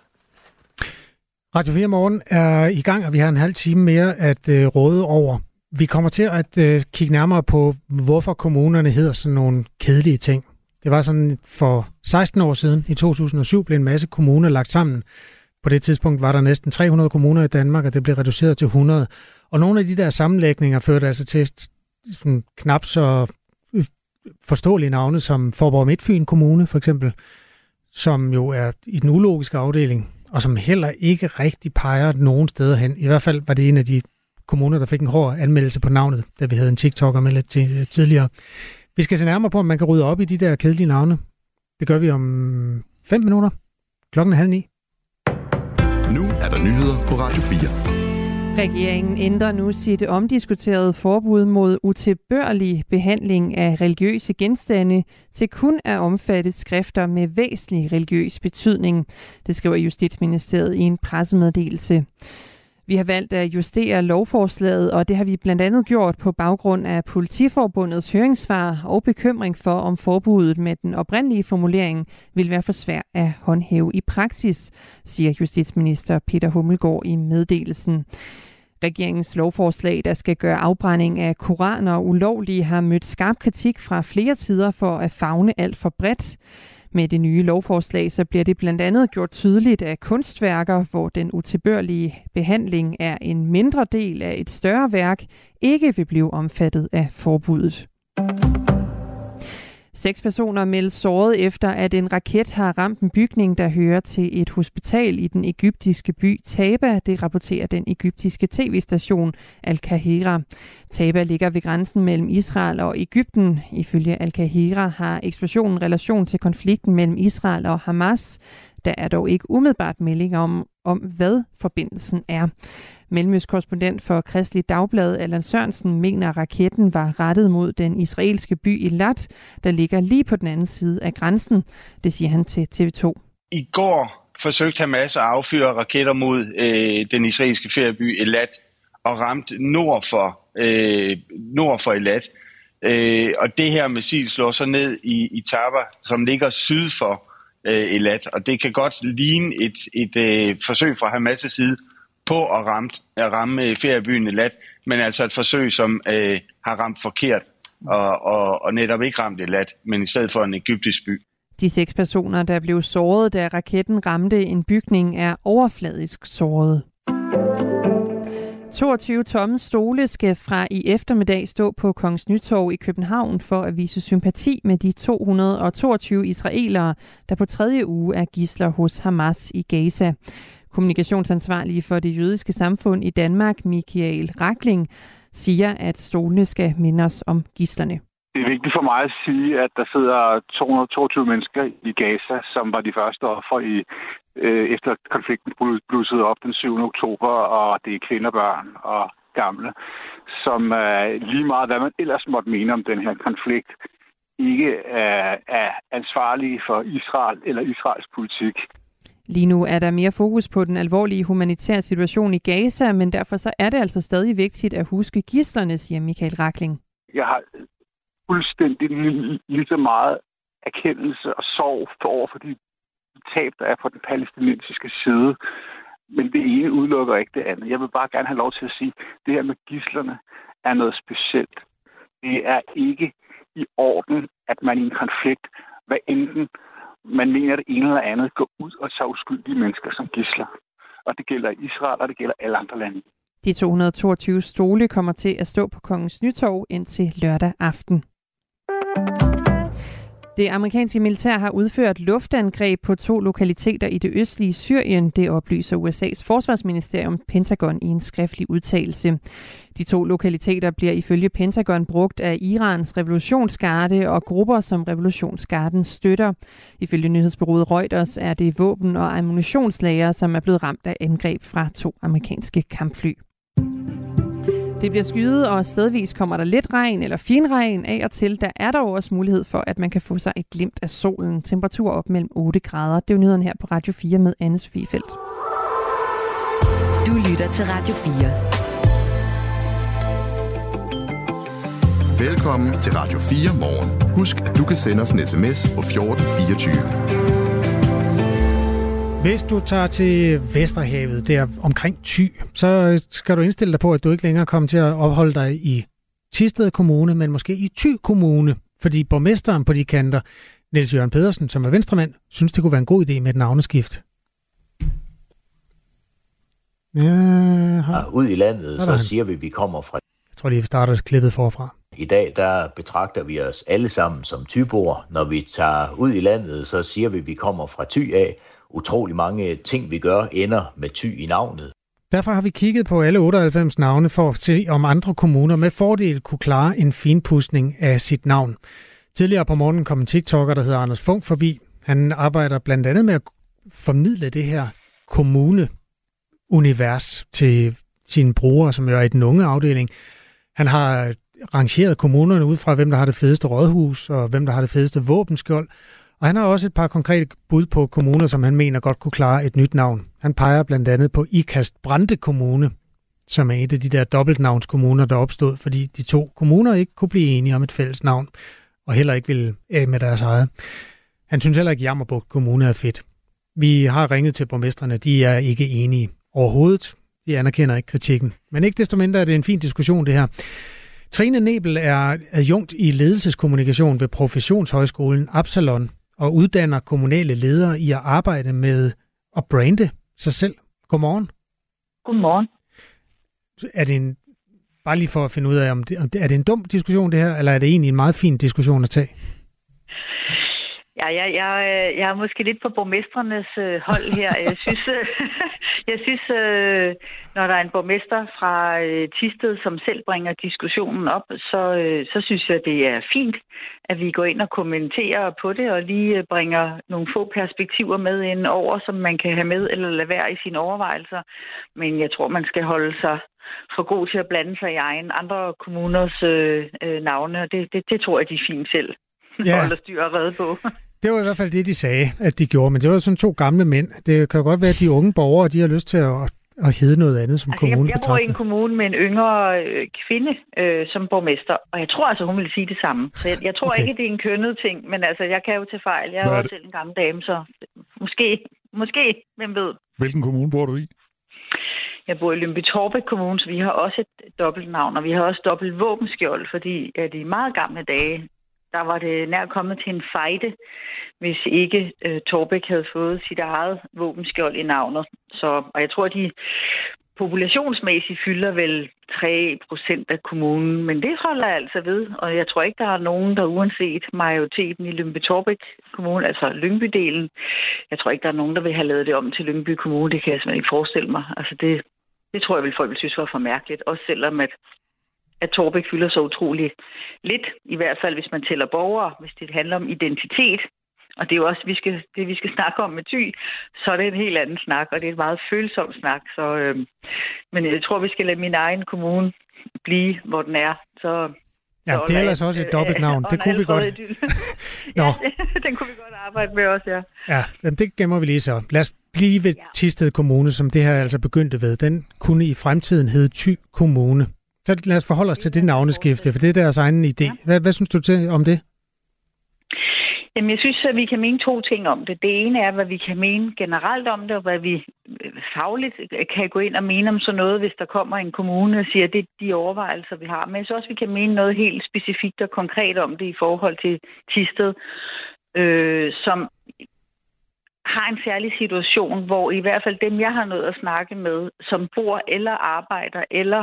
Radio 4 Morgen er i gang, og vi har en halv time mere at råde over. Vi kommer til at kigge nærmere på, hvorfor kommunerne hedder sådan nogle kedelige ting. Det var sådan for 16 år siden, i 2007, blev en masse kommuner lagt sammen. På det tidspunkt var der næsten 300 kommuner i Danmark, og det blev reduceret til 100. Og nogle af de der sammenlægninger førte altså til sådan knap så forståelige navne, som Faaborg Midtfyn Kommune for eksempel, som jo er i den ulogiske afdeling, og som heller ikke rigtig peger nogen steder hen. I hvert fald var det en af de kommuner, der fik en hård anmeldelse på navnet, da vi havde en TikToker med lidt tidligere. Vi skal se nærmere på, om man kan rydde op i de der kedelige navne. Det gør vi om 5 minutter. 8:30. Nu er der nyheder på Radio 4. Regeringen ændrer nu sit omdiskuterede forbud mod utilbørlig behandling af religiøse genstande til kun at omfatte skrifter med væsentlig religiøs betydning. Det skriver Justitsministeriet i en pressemeddelelse. Vi har valgt at justere lovforslaget, og det har vi blandt andet gjort på baggrund af Politiforbundets høringssvar og bekymring for, om forbuddet med den oprindelige formulering vil være for svært at håndhæve i praksis, siger justitsminister Peter Hummelgaard i meddelelsen. Regeringens lovforslag, der skal gøre afbrænding af koraner ulovlige, har mødt skarp kritik fra flere sider for at favne alt for bredt. Med det nye lovforslag så bliver det blandt andet gjort tydeligt, at kunstværker, hvor den utilbørlige behandling er en mindre del af et større værk, ikke vil blive omfattet af forbuddet. 6 personer meldes såret efter, at en raket har ramt en bygning, der hører til et hospital i den egyptiske by Taba. Det rapporterer den egyptiske tv-station Al-Kahira. Taba ligger ved grænsen mellem Israel og Egypten. Ifølge Al-Kahira har eksplosionen relation til konflikten mellem Israel og Hamas. Der er dog ikke umiddelbart meldinger om hvad forbindelsen er. Mellemøstkorrespondent for Kristeligt Dagblad Allan Sørensen mener, at raketten var rettet mod den israelske by Eilat, der ligger lige på den anden side af grænsen. Det siger han til TV2. I går forsøgte Hamas at affyre raketter mod den israelske ferieby Eilat og ramte nord for Eilat. Og det her missil slår så ned i Taba, som ligger syd for Eilat. Og det kan godt ligne et forsøg fra Hamas' side på at ramme feriebyen Eilat, men altså et forsøg, som har ramt forkert og netop ikke ramt Eilat, men i stedet for en egyptisk by. De 6 personer, der blev såret, da raketten ramte en bygning, er overfladisk såret. 22 tomme stole skal fra i eftermiddag stå på Kongens Nytorv i København for at vise sympati med de 222 israelere, der på 3. uge er gidsler hos Hamas i Gaza. Kommunikationsansvarlig for det jødiske samfund i Danmark, Michael Rackling, siger, at stolene skal minde os om gidslerne. Det er vigtigt for mig at sige, at der sidder 222 mennesker i Gaza, som var de første offer efter konflikten blussede op den 7. oktober, og det er kvinder, børn og gamle, som lige meget hvad man ellers måtte mene om den her konflikt, ikke er ansvarlige for Israel eller Israels politik. Lige nu er der mere fokus på den alvorlige humanitære situation i Gaza, men derfor så er det altså stadig vigtigt at huske gidslerne, siger Michael Rackling. Jeg har fuldstændig lige så meget erkendelse og sorg over for de tab, der er på den palæstinensiske side. Men det ene udelukker ikke det andet. Jeg vil bare gerne have lov til at sige, at det her med gidslerne er noget specielt. Det er ikke i orden, at man i en konflikt, hvad enten man mener det ene eller andet, går ud og tager uskyldige mennesker som gidsler. Og det gælder Israel, og det gælder alle andre lande. De 222 stole kommer til at stå på Kongens Nytorv indtil lørdag aften. Det amerikanske militær har udført luftangreb på 2 lokaliteter i det østlige Syrien. Det oplyser USA's forsvarsministerium Pentagon i en skriftlig udtalelse. De 2 lokaliteter bliver ifølge Pentagon brugt af Irans revolutionsgarde og grupper, som revolutionsgarden støtter. Ifølge nyhedsbureauet Reuters er det våben- og ammunitionslager, som er blevet ramt af angreb fra 2 amerikanske kampfly. Det bliver skyet, og stedvis kommer der lidt regn eller finregn af og til. Der er dog også mulighed for, at man kan få sig et glimt af solen. Temperatur op mellem 8 grader. Det er jo nyheden her på Radio 4 med Anne Sofie Feldt. Du lytter til Radio 4. Velkommen til Radio 4 morgen. Husk, at du kan sende os en sms på 1424. Hvis du tager til Vesterhavet, der omkring Thy, så skal du indstille dig på, at du ikke længere kommer til at opholde dig i Thisted Kommune, men måske i Thy Kommune, fordi borgmesteren på de kanter, Niels Jørgen Pedersen, som er venstremand, synes, det kunne være en god idé med et navneskift. Ud i landet, så siger vi kommer fra... Jeg tror lige, vi starter klippet forfra. I dag der betragter vi os alle sammen som Thyboer. Når vi tager ud i landet, så siger vi, at vi kommer fra Thy af. Utrolig mange ting, vi gør, ender med Thy i navnet. Derfor har vi kigget på alle 98 navne for at se, om andre kommuner med fordel kunne klare en finpudsning af sit navn. Tidligere på morgenen kom en TikToker, der hedder Anders Funk, forbi. Han arbejder blandt andet med at formidle det her kommuneunivers til sine brugere, som jo er i den unge afdeling. Han har rangeret kommunerne ud fra, hvem der har det fedeste rådhus, og hvem der har det fedeste våbenskjold. Og han har også et par konkrete bud på kommuner, som han mener godt kunne klare et nyt navn. Han peger blandt andet på Ikast Brande Kommune, som er et af de der dobbeltnavnskommuner, der opstod, fordi de to kommuner ikke kunne blive enige om et fælles navn, og heller ikke ville af med deres eget. Han synes heller ikke, at Jammerbugt Kommune er fedt. Vi har ringet til borgmestrene, de er ikke enige overhovedet. De anerkender ikke kritikken. Men ikke desto mindre er det en fin diskussion, det her. Trine Nebel er adjunkt i ledelseskommunikation ved Professionshøjskolen Absalon og uddanner kommunale ledere i at arbejde med at brande sig selv. Godmorgen. Godmorgen. Er det bare lige for at finde ud af, om er det en dum diskussion det her, eller er det egentlig en meget fin diskussion at tage? Ja, jeg er måske lidt på borgmestrenes hold her. Jeg synes, når der er en borgmester fra Thisted, som selv bringer diskussionen op, så synes jeg, det er fint, at vi går ind og kommenterer på det, og lige bringer nogle få perspektiver med ind over, som man kan have med eller lade være i sine overvejelser. Men jeg tror, man skal holde sig for god til at blande sig i andre kommuners navne, og det tror jeg, de er fint selv. Ja. Holder styr og redde på. Det var i hvert fald det, de sagde, at de gjorde. Men det var sådan to gamle mænd. Det kan jo godt være, at de unge borgere, de har lyst til at hedde noget andet som kommune. Jeg bor i en kommune med en yngre kvinde som borgmester, og jeg tror altså, hun vil sige det samme. Så jeg tror ikke, det er en kønnet ting, men altså, jeg kan jo tage fejl. Jeg er også selv en gammel dame, så måske, hvem ved. Hvilken kommune bor du i? Jeg bor i Lyngby-Taarbæk Kommune, så vi har også et dobbeltnavn, og vi har også dobbelt våbenskjold, fordi at i meget gamle dage, der var det nær kommet til en fejde, hvis ikke Taarbæk havde fået sit eget våbenskjold i navnet. Og jeg tror, at de populationsmæssigt fylder vel 3% af kommunen, men det holder jeg altså ved. Og jeg tror ikke, der er nogen, der uanset majoriteten i Lyngby-Taarbæk Kommune, altså Lyngby-delen, jeg tror ikke, der er nogen, der vil have lavet det om til Lyngby Kommune. Det kan jeg simpelthen ikke forestille mig. Altså det tror jeg vel, folk vil synes var for mærkeligt. Også selvom at Taarbæk fylder så utroligt lidt, i hvert fald hvis man tæller borgere, hvis det handler om identitet. Og det er jo også det, vi skal snakke om med Thy, så er det en helt anden snak, og det er en meget følsom snak. Men jeg tror, vi skal lade min egen kommune blive, hvor den er. Ja, det er ellers også et dobbeltnavn. Det kunne vi godt. Ja, den kunne vi godt arbejde med også, ja. Ja, det gemmer vi lige så. Lad os blive ved Thisted Kommune, som det her altså begyndte ved. Den kunne i fremtiden hedde Thy Kommune. Så lad os forholde os til det navneskifte, for det er deres egen idé. Hvad synes du til om det? Jamen, jeg synes, at vi kan mene to ting om det. Det ene er, hvad vi kan mene generelt om det, og hvad vi fagligt kan gå ind og mene om sådan noget, hvis der kommer en kommune og siger, at det er de overvejelser, vi har. Men jeg synes også, vi kan mene noget helt specifikt og konkret om det i forhold til Thisted, som har en særlig situation, hvor i hvert fald dem, jeg har nået at snakke med, som bor eller arbejder eller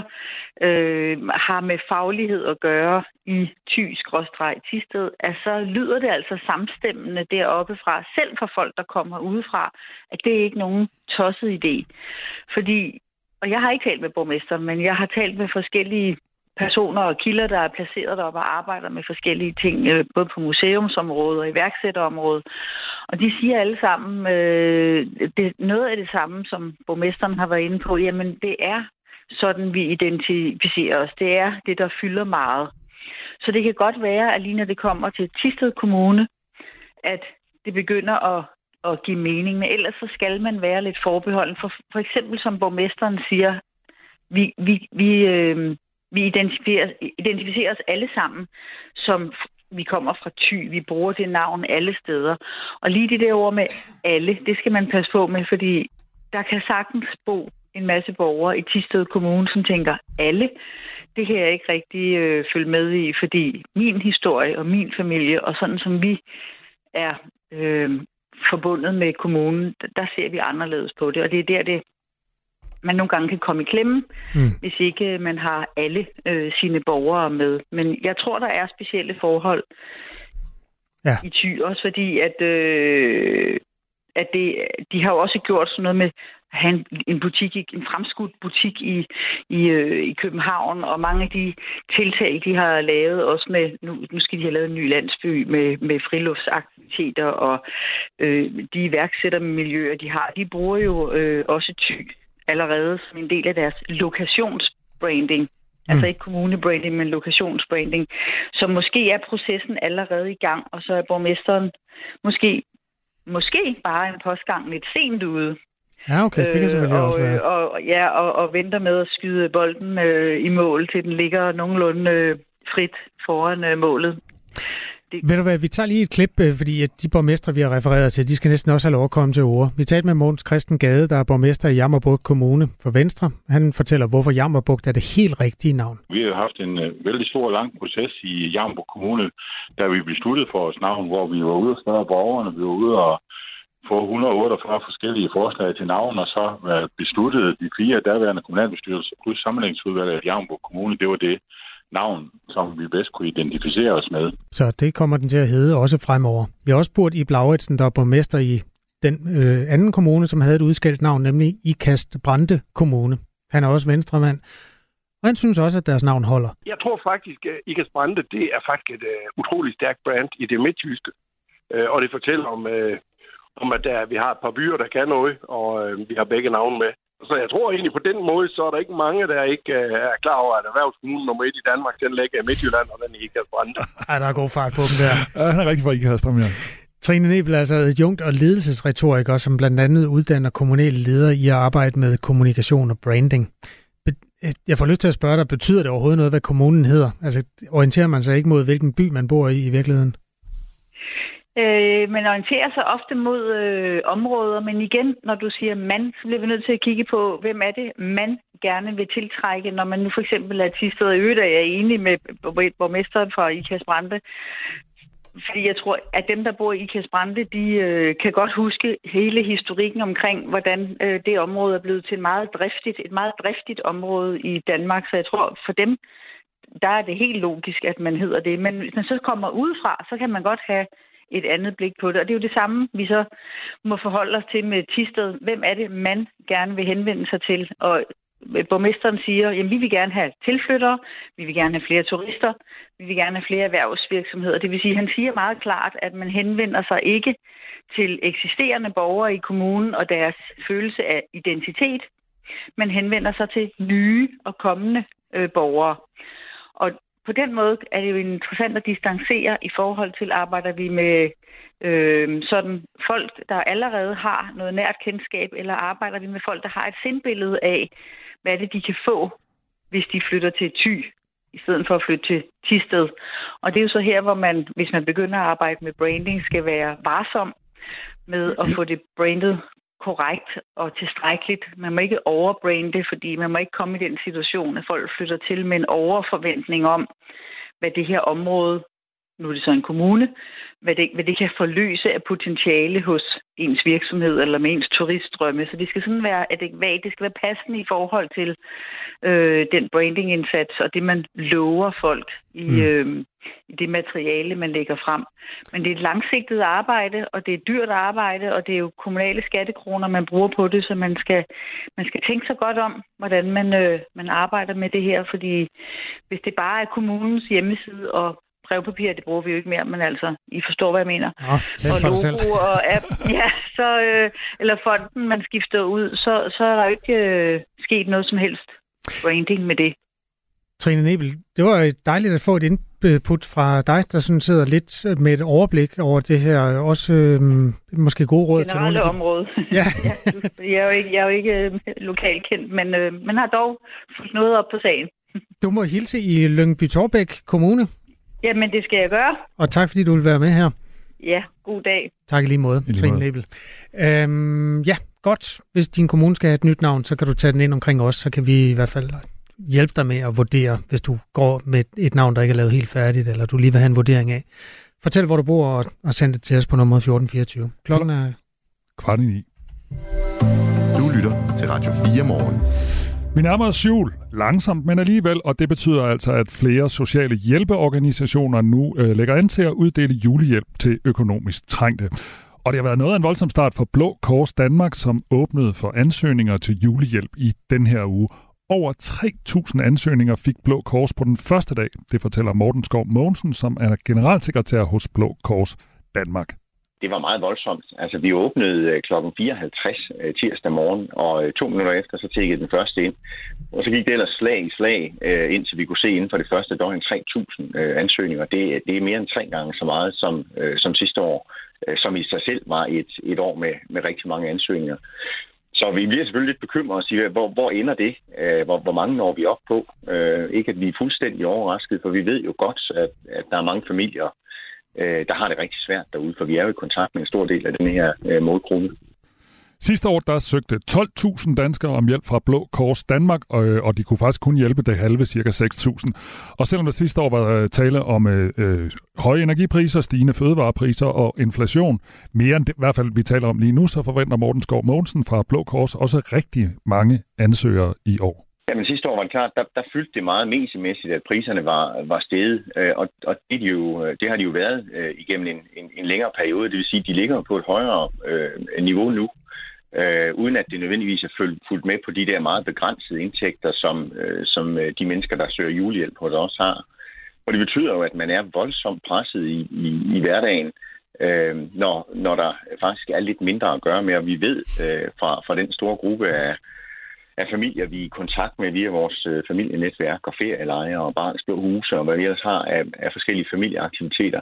har med faglighed at gøre i Thy/Thisted, så lyder det altså samstemmende deroppe fra, selv for folk, der kommer udefra, at det er ikke nogen tosset idé. Fordi, og jeg har ikke talt med borgmester, men jeg har talt med forskellige personer og kilder, der er placeret deroppe og arbejder med forskellige ting, både på museumsområdet og iværksætterområdet. Og de siger alle sammen, noget af det samme, som borgmesteren har været inde på, jamen det er sådan, vi identificerer os. Det er det, der fylder meget. Så det kan godt være, at lige når det kommer til Thisted Kommune, at det begynder at give mening, men ellers så skal man være lidt forbeholden. For eksempel som borgmesteren siger, vi identificerer os alle sammen, som vi kommer fra Thy. Vi bruger det navn alle steder. Og lige det der ord med alle, det skal man passe på med, fordi der kan sagtens bo en masse borgere i Thisted Kommune, som tænker, alle, det kan jeg ikke rigtig følge med i, fordi min historie og min familie, og sådan som vi er forbundet med kommunen, der ser vi anderledes på det. Og det er der, man nogle gange kan komme i klemme, hvis ikke man har alle sine borgere med. Men jeg tror, der er specielle forhold i Thy, også fordi, at de har jo også gjort sådan noget med at have en butik, en fremskudt butik i København, og mange af de tiltag, de har lavet, også med, nu skal de have lavet en ny landsby med friluftsaktiviteter, og de iværksættermiljøer, de har, de bruger jo også Thy allerede som en del af deres lokationsbranding. Altså ikke kommunebranding, men lokationsbranding. Så måske er processen allerede i gang, og så er borgmesteren måske bare en postgang lidt sent ude. Ja, okay, det kan selvfølgelig også være. Og venter med at skyde bolden i mål, til den ligger nogenlunde frit foran målet. Ved du hvad, vi tager lige et klip, fordi at de borgmestre, vi har refereret til, de skal næsten også have lov at komme til ord. Vi talte med Mogens Christen Gade, der er borgmester i Jammerbugt Kommune for Venstre. Han fortæller, hvorfor Jammerbugt er det helt rigtige navn. Vi har haft en vældig stor og lang proces i Jammerbugt Kommune, da vi besluttede for os navn, hvor vi var ude og spørge borgerne, vi var ude og få 148 forskellige forslag til navn, og så besluttede de 4 daværende kommunalbestyrelser plus sammenlægningsudvalget af Jammerbugt Kommune. Det var det navn, som vi bedst kunne identificere os med. Så det kommer den til at hedde også fremover. Vi har også spurgt Ib Lauritsen, der er borgmester i den anden kommune, som havde et udskældt navn, nemlig Ikast Brande Kommune. Han er også venstremand, og han synes også, at deres navn holder. Jeg tror faktisk, at Ikast Brande, det er faktisk et utroligt stærkt brand i det midtjyske. Og det fortæller om at vi har et par byer, der kan noget, og vi har begge navne med. Så jeg tror egentlig på den måde, så er der ikke mange, der ikke er klar over, at erhvervskommunen nummer 1 i Danmark, den ligger i Midtjylland, og den er Ikast Brande. Ej, der er god fart på dem der. Ja, han er rigtig fra Ikast, ja. Trine Nebel er altså adjunkt og ledelsesretoriker, som blandt andet uddanner kommunale ledere i at arbejde med kommunikation og branding. Jeg får lyst til at spørge dig, betyder det overhovedet noget, hvad kommunen hedder? Altså, orienterer man sig ikke mod, hvilken by man bor i virkeligheden? Man orienterer sig ofte mod områder, men igen, når du siger mand, så bliver vi nødt til at kigge på, hvem er det, man gerne vil tiltrække, når man nu for eksempel er Thisted og Øde, er enig med borgmesteren fra Ikast Brande. Fordi jeg tror, at dem, der bor i Ikast Brande, de kan godt huske hele historikken omkring, hvordan det område er blevet til et meget driftigt område i Danmark. Så jeg tror, for dem, der er det helt logisk, at man hedder det. Men hvis man så kommer udefra, så kan man godt have et andet blik på det. Og det er jo det samme, vi så må forholde os til med Thisted. Hvem er det, man gerne vil henvende sig til? Og borgmesteren siger, at vi vil gerne have tilflyttere, vi vil gerne have flere turister, vi vil gerne have flere erhvervsvirksomheder. Det vil sige, at han siger meget klart, at man henvender sig ikke til eksisterende borgere i kommunen og deres følelse af identitet, men henvender sig til nye og kommende borgere. Og på den måde er det jo interessant at distancere i forhold til, arbejder vi med sådan folk, der allerede har noget nært kendskab, eller arbejder vi med folk, der har et sindbillede af, hvad det de kan få, hvis de flytter til Thy, i stedet for at flytte til Thisted. Og det er jo så her, hvor man, hvis man begynder at arbejde med branding, skal være varsom med at få det brandet korrekt og tilstrækkeligt. Man må ikke overbrande, fordi man må ikke komme i den situation, at folk flytter til med en overforventning om, hvad det her område, nu er det så en kommune, hvad det kan forløse af potentiale hos ens virksomhed eller med ens turiststrømme. Så det skal sådan være adækvat, det skal være passende i forhold til den brandingindsats og det, man lover folk i det materiale, man lægger frem. Men det er et langsigtet arbejde, og det er dyrt arbejde, og det er jo kommunale skattekroner, man bruger på det, så man skal tænke sig godt om, hvordan man arbejder med det her, fordi hvis det bare er kommunens hjemmeside og brevpapir, det bruger vi jo ikke mere, men altså, I forstår, hvad jeg mener. Og logo og app, ja, så, eller fonden, man skifter ud, så er der jo ikke sket noget som helst branding med det. Trine Nebel, det var dejligt at få et input fra dig, der sådan sidder lidt med et overblik over det her, også måske gode råd til nogle af de område. Ja. Jeg er jo ikke lokalkendt, men man har dog fulgt noget op på sagen. Du må hilse i Lyngby-Taarbæk Kommune. Jamen, det skal jeg gøre. Og tak, fordi du vil være med her. Ja, god dag. Tak i lige måde, Trine Nebel. Ja, godt. Hvis din kommune skal have et nyt navn, så kan du tage den ind omkring os, så kan vi i hvert fald hjælpe dig med at vurdere, hvis du går med et navn, der ikke er lavet helt færdigt, eller du lige vil have en vurdering af. Fortæl, hvor du bor, og send det til os på nummer 1424. Klokken er 8:45. Du lytter til Radio 4 morgen. Vi nærmer os jul langsomt, men alligevel, og det betyder altså, at flere sociale hjælpeorganisationer nu lægger an til at uddele julehjælp til økonomisk trængte. Og det har været noget af en voldsom start for Blå Kors Danmark, som åbnede for ansøgninger til julehjælp i den her uge. Over 3.000 ansøgninger fik Blå Kors på den første dag. Det fortæller Morten Skov Mogensen, som er generalsekretær hos Blå Kors Danmark. Det var meget voldsomt. Altså, vi åbnede kl. 54 tirsdag morgen, og 2 minutter efter, så tækkede den første ind. Og så gik det ellers slag i slag, indtil vi kunne se inden for det første døgn 3.000 ansøgninger. Det er mere end 3 gange så meget som sidste år, som i sig selv var et år med rigtig mange ansøgninger. Så vi bliver selvfølgelig lidt bekymret og siger, hvor ender det? Hvor mange når vi op på? Ikke at vi er fuldstændig overrasket, for vi ved jo godt, at der er mange familier, der har det rigtig svært derude, for vi er jo i kontakt med en stor del af den her målgruppe. Sidste år der søgte 12.000 danskere om hjælp fra Blå Kors Danmark, og de kunne faktisk kun hjælpe det halve, cirka 6.000. Og selvom der sidste år var tale om høje energipriser, stigende fødevarepriser og inflation, mere end det, i hvert fald vi taler om lige nu, så forventer Morten Skov Mogensen fra Blå Kors også rigtig mange ansøgere i år. Jamen sidste år var det klart, der fyldte det meget mæssigt, at priserne var steget, og det har de jo været igennem en længere periode. Det vil sige, at de ligger på et højere niveau nu, uden at det nødvendigvis er fulgt med på de der meget begrænsede indtægter, som de mennesker, der søger julehjælp hos os har. Og det betyder jo, at man er voldsomt presset i hverdagen, når der faktisk er lidt mindre at gøre med, og vi ved fra den store gruppe af familier, vi er i kontakt med via vores familienetværk og ferielejre og Barnets Blå Huse og hvad vi ellers har af forskellige familieaktiviteter,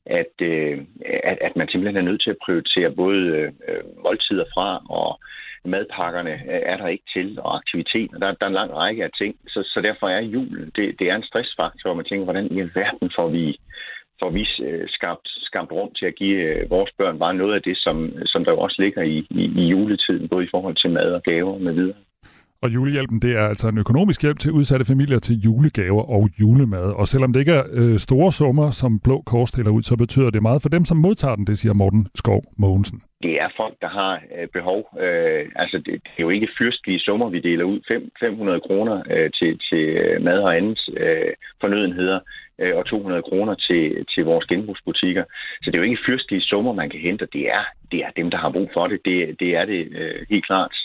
at man simpelthen er nødt til at prioritere både måltider fra, og madpakkerne er der ikke til, og aktiviteter. Der er en lang række af ting, så derfor er julen, det er en stressfaktor, hvor man tænker, hvordan i alverden får vi skabt rum til at give vores børn bare noget af det, som der jo også ligger i juletiden, både i forhold til mad og gaver med videre. Og julehjælpen, det er altså en økonomisk hjælp til udsatte familier til julegaver og julemad. Og selvom det ikke er store summer, som Blå Kors deler ud, så betyder det meget for dem, som modtager den, det siger Morten Skov Mogensen. Det er folk, der har behov. Altså, det er jo ikke fyrstlige summer, vi deler ud. 500 kroner til mad og andet fornødenheder, og 200 kroner til vores genbrugsbutikker. Så det er jo ikke fyrstlige summer, man kan hente. Det er dem, der har brug for det. Det er det helt klart.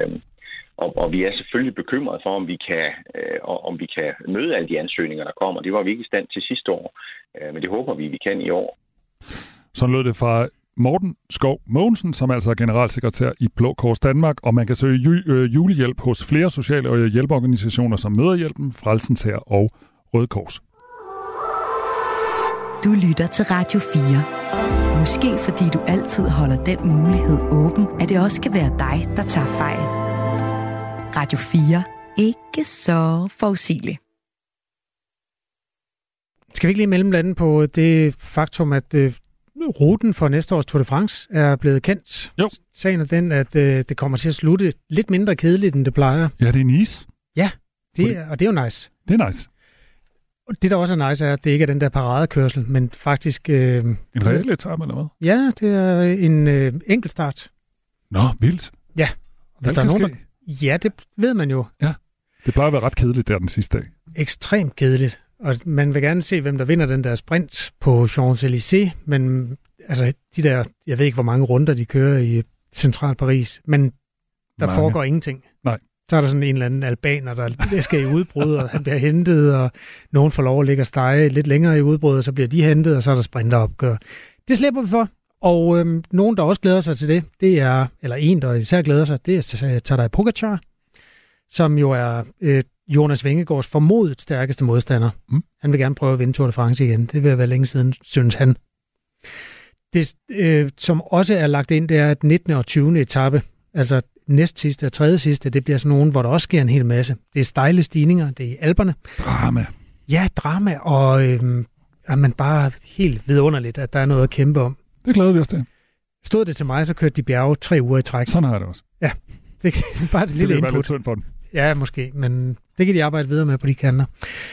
Og vi er selvfølgelig bekymrede for, om vi kan møde alle de ansøgninger, der kommer. Det var vi ikke i stand til sidste år, men det håber vi kan i år. Så lød det fra Morten Skov Mogensen, som altså er generalsekretær i Blå Kors Danmark, og man kan søge julehjælp hos flere sociale hjælpeorganisationer som Mødrehjælpen, Frelsens Hær og Røde Kors. Du lytter til Radio 4. Måske fordi du altid holder den mulighed åben, at det også kan være dig, der tager fejl. Radio 4. Ikke så forudsigeligt. Skal vi ikke lige mellemlande på det faktum, at ruten for næste års Tour de France er blevet kendt? Jo. Sagen er den, at det kommer til at slutte lidt mindre kedeligt, end det plejer. Ja, det er Nice. Ja, og det er jo nice. Det er nice. Og det, der også er nice, er, at det ikke er den der paradekørsel, men faktisk... en reel etape, eller hvad? Ja, det er en enkeltstart. Nå, vildt. Ja. Hvis der er nogen, der... Ja, det ved man jo. Ja, det plejer at være ret kedeligt der den sidste dag. Ekstremt kedeligt. Og man vil gerne se, hvem der vinder den der sprint på Champs-Élysées, men altså de der, jeg ved ikke, hvor mange runder de kører i central Paris, men der foregår ingenting. Nej. Så er der sådan en eller anden albaner, der skal i udbrud, og han bliver hentet, og nogen får lov at ligge og stege lidt længere i udbrud, og så bliver de hentet, og så er der sprinteropgør. Det slipper vi for. Og nogen, der også glæder sig til det er, eller en, der især glæder sig, det er Tadej Pogačar, som jo er Jonas Vingegaards formodet stærkeste modstander. Han vil gerne prøve at vinde Tour de France igen. Det vil være længe siden, synes han. Det, som også er lagt ind, det er, at 19. og 20. etape, altså næst sidste og tredje sidste, det bliver sådan nogen, hvor der også sker en hel masse. Det er stejle stigninger, det er i Alperne. Drama. Ja, drama, og er man bare helt vidunderligt, at der er noget at kæmpe om. Det glæder vi os til. Stod det til mig, så kørte de bjerge 3 uger i træk. Sådan har jeg det også. Ja, det er bare et lille input. Det vil være lidt synd for den. Ja, måske, men det kan de arbejde videre med på de kanter.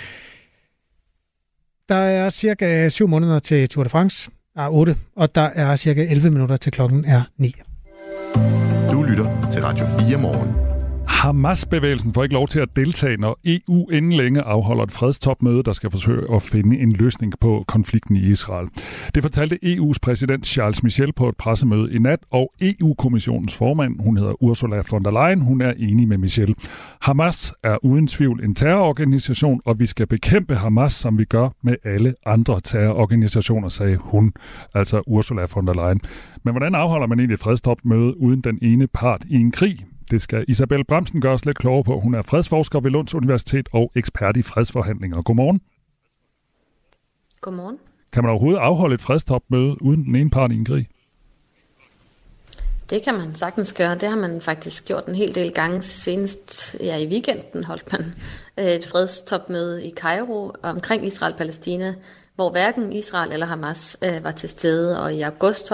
Der er cirka 7 måneder til Tour de France, 8, og der er cirka 11 minutter til klokken er 9. Du lytter til Radio 4 morgen. Hamas-bevægelsen får ikke lov til at deltage, når EU inden længe afholder et fredstopmøde, der skal forsøge at finde en løsning på konflikten i Israel. Det fortalte EU's præsident Charles Michel på et pressemøde i nat, og EU-kommissionens formand, hun hedder Ursula von der Leyen, hun er enig med Michel. Hamas er uden tvivl en terrororganisation, og vi skal bekæmpe Hamas, som vi gør med alle andre terrororganisationer, sagde hun, altså Ursula von der Leyen. Men hvordan afholder man egentlig et fredstopmøde uden den ene part i en krig? Det skal Isabel Bramsen gøre os lidt klogere på. Hun er fredsforsker ved Lunds Universitet og ekspert i fredsforhandlinger. Godmorgen. Godmorgen. Kan man overhovedet afholde et fredstopmøde uden den ene part i en krig? Det kan man sagtens gøre. Det har man faktisk gjort en hel del gange. Senest i weekenden holdt man et fredstopmøde i Kairo omkring Israel-Palæstina, hvor hverken Israel eller Hamas var til stede. Og i august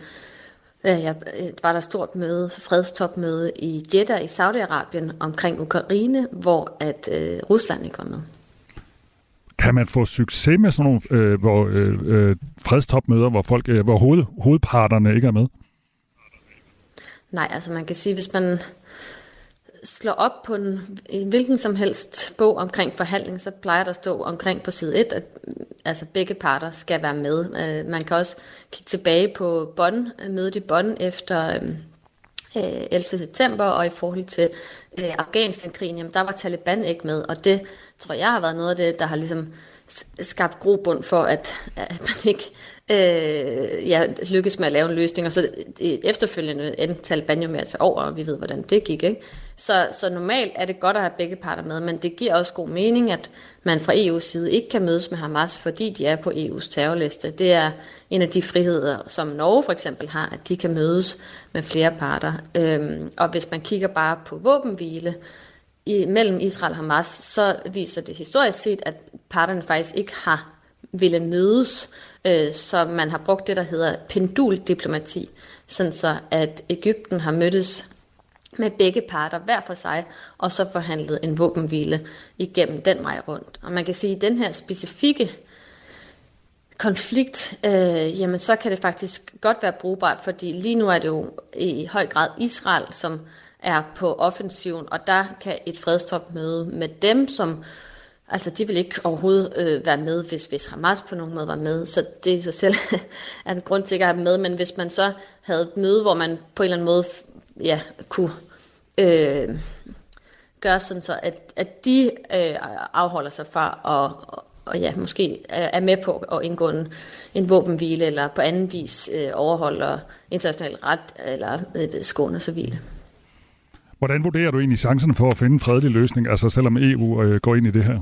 var der stort fredstopmøde i Jeddah i Saudi-Arabien omkring Ukraine, hvor at Rusland ikke var med. Kan man få succes med sådan nogle fredstopmøder, hvor hovedparterne ikke er med? Nej, altså man kan sige, hvis man slår op på en hvilken som helst bog omkring forhandling, så plejer der at stå omkring på side 1, at altså begge parter skal være med. Man kan også kigge tilbage på mødet i Bonn efter 11. september, og i forhold til Afghanistan-krigen, jamen der var Taliban ikke med, og det tror jeg har været noget af det, der har ligesom skabt grobund for, at man ikke lykkes med at lave en løsning, og så efterfølgende endte Taliban jo med at tage over, og vi ved, hvordan det gik, ikke? Så normalt er det godt at have begge parter med, men det giver også god mening, at man fra EU's side ikke kan mødes med Hamas, fordi de er på EU's terrorliste. Det er en af de friheder, som Norge for eksempel har, at de kan mødes med flere parter. Og hvis man kigger bare på våbenhvile mellem Israel og Hamas, så viser det historisk set, at parterne faktisk ikke har ville mødes, så man har brugt det, der hedder penduldiplomati, sådan så at Egypten har mødtes med begge parter hver for sig, og så forhandlet en våbenhvile igennem den vej rundt. Og man kan sige, at den her specifikke konflikt, jamen så kan det faktisk godt være brugbart, fordi lige nu er det jo i høj grad Israel, som er på offensiven, og der kan et fredstopmøde med dem, som altså de vil ikke overhovedet være med, hvis Hamas på nogen måde var med, så det i sig selv er en grund til ikke at have dem med, men hvis man så havde et møde, hvor man på en eller anden måde kunne gøre sådan så, at de afholder sig fra og måske er med på at indgå en våbenhvile, eller på anden vis overholder international ret, eller skåner civile. Hvordan vurderer du egentlig chancerne for at finde en fredelig løsning, altså selvom EU går ind i det her?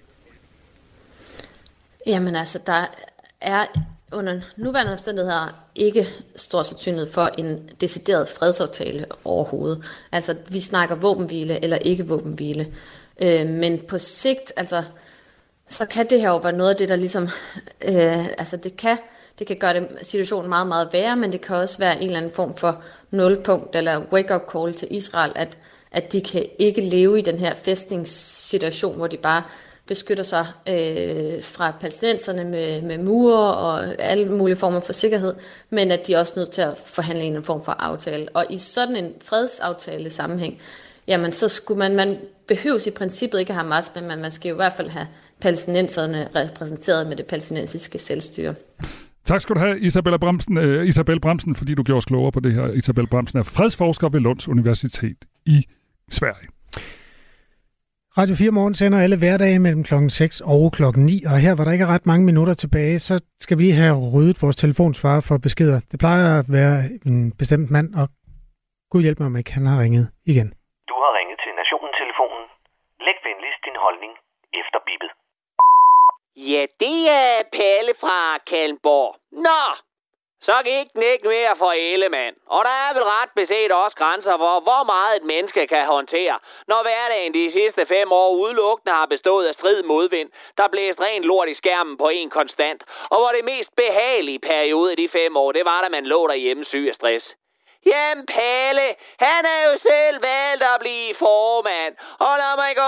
Jamen altså, der er under nuværende omstændigheder ikke stor sandsynlighed for en decideret fredsaftale overhovedet. Altså, vi snakker våbenhvile eller ikke våbenhvile. Men på sigt, altså, så kan det her jo være noget af det, der ligesom, det kan gøre situationen meget, meget værre, men det kan også være en eller anden form for nulpunkt eller wake-up call til Israel, at de kan ikke leve i den her fæstningssituation, hvor de bare beskytter sig fra palæstinenserne med mure og alle mulige former for sikkerhed, men at de er også nødt til at forhandle en form for aftale. Og i sådan en fredsaftale sammenhæng, jamen så skulle man behøves i princippet ikke have Hamas, men man skal jo i hvert fald have palæstinenserne repræsenteret med det palæstinensiske selvstyre. Tak skal du have, Isabel Bramsen, fordi du gjorde os klogere på det her. Isabel Bramsen er fredsforsker ved Lunds Universitet i Sverige. Radio 4 Morgen sender alle hverdage mellem klokken 6 og klokken 9, og her, hvor der ikke er ret mange minutter tilbage, så skal vi lige have ryddet vores telefonsvarer for beskeder. Det plejer at være en bestemt mand, og Gud hjælp mig, om ikke han har ringet igen. Du har ringet til Nationen-telefonen. Læg venligst din holdning efter bippet. Ja, det er Palle fra Kalmborg. Nå, så gik den ikke mere for Ellemann. Og der er vel ret beset også grænser for, hvor meget et menneske kan håndtere, når hverdagen de sidste 5 år udelukkende har bestået af strid modvind, der blæst rent lort i skærmen på en konstant, og hvor det mest behagelige periode af de 5 år, det var, da man lå derhjemme syg af stress. Jamen Palle, han er jo selv valgt at blive formand, og når man går ind i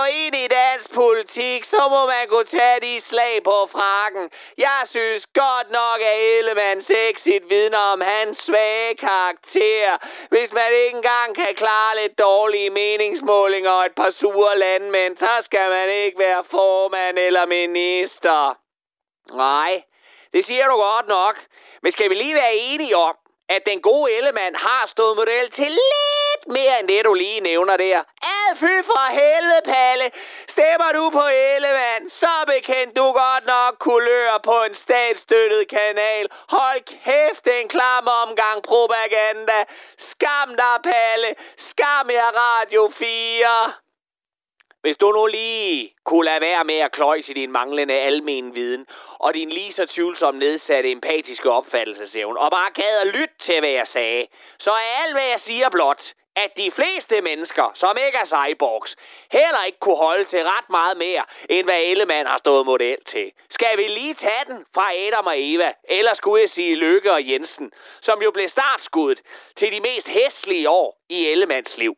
dansk politik, så må man kunne tage de slag på frakken. Jeg synes godt nok, at Ellemanns exit vidner om hans svage karakter. Hvis man ikke engang kan klare lidt dårlige meningsmålinger og et par sure landmænd, så skal man ikke være formand eller minister. Nej, det siger du godt nok. Men skal vi lige være enige om, at den gode Ellemann har stået model til lidt mere end det, du lige nævner der. Fy for helvede, Palle. Stemmer du på Ellemann, så bekendt du godt nok kulør på en statsstøttet kanal. Hold kæft, en klam omgang propaganda. Skam dig, Palle. Skam jer Radio 4. Hvis du nu lige kunne lade være med at kløjse din manglende almen viden og din lige så tvivlsom nedsatte empatiske opfattelsesevne og bare gad at lytte til, hvad jeg sagde, så er alt, hvad jeg siger blot, at de fleste mennesker, som ikke er cyborgs, heller ikke kunne holde til ret meget mere, end hvad Ellemann har stået model til. Skal vi lige tage den fra Adam og Eva, eller skulle jeg sige Lykke og Jensen, som jo blev startskuddet til de mest hæslige år i Ellemanns liv.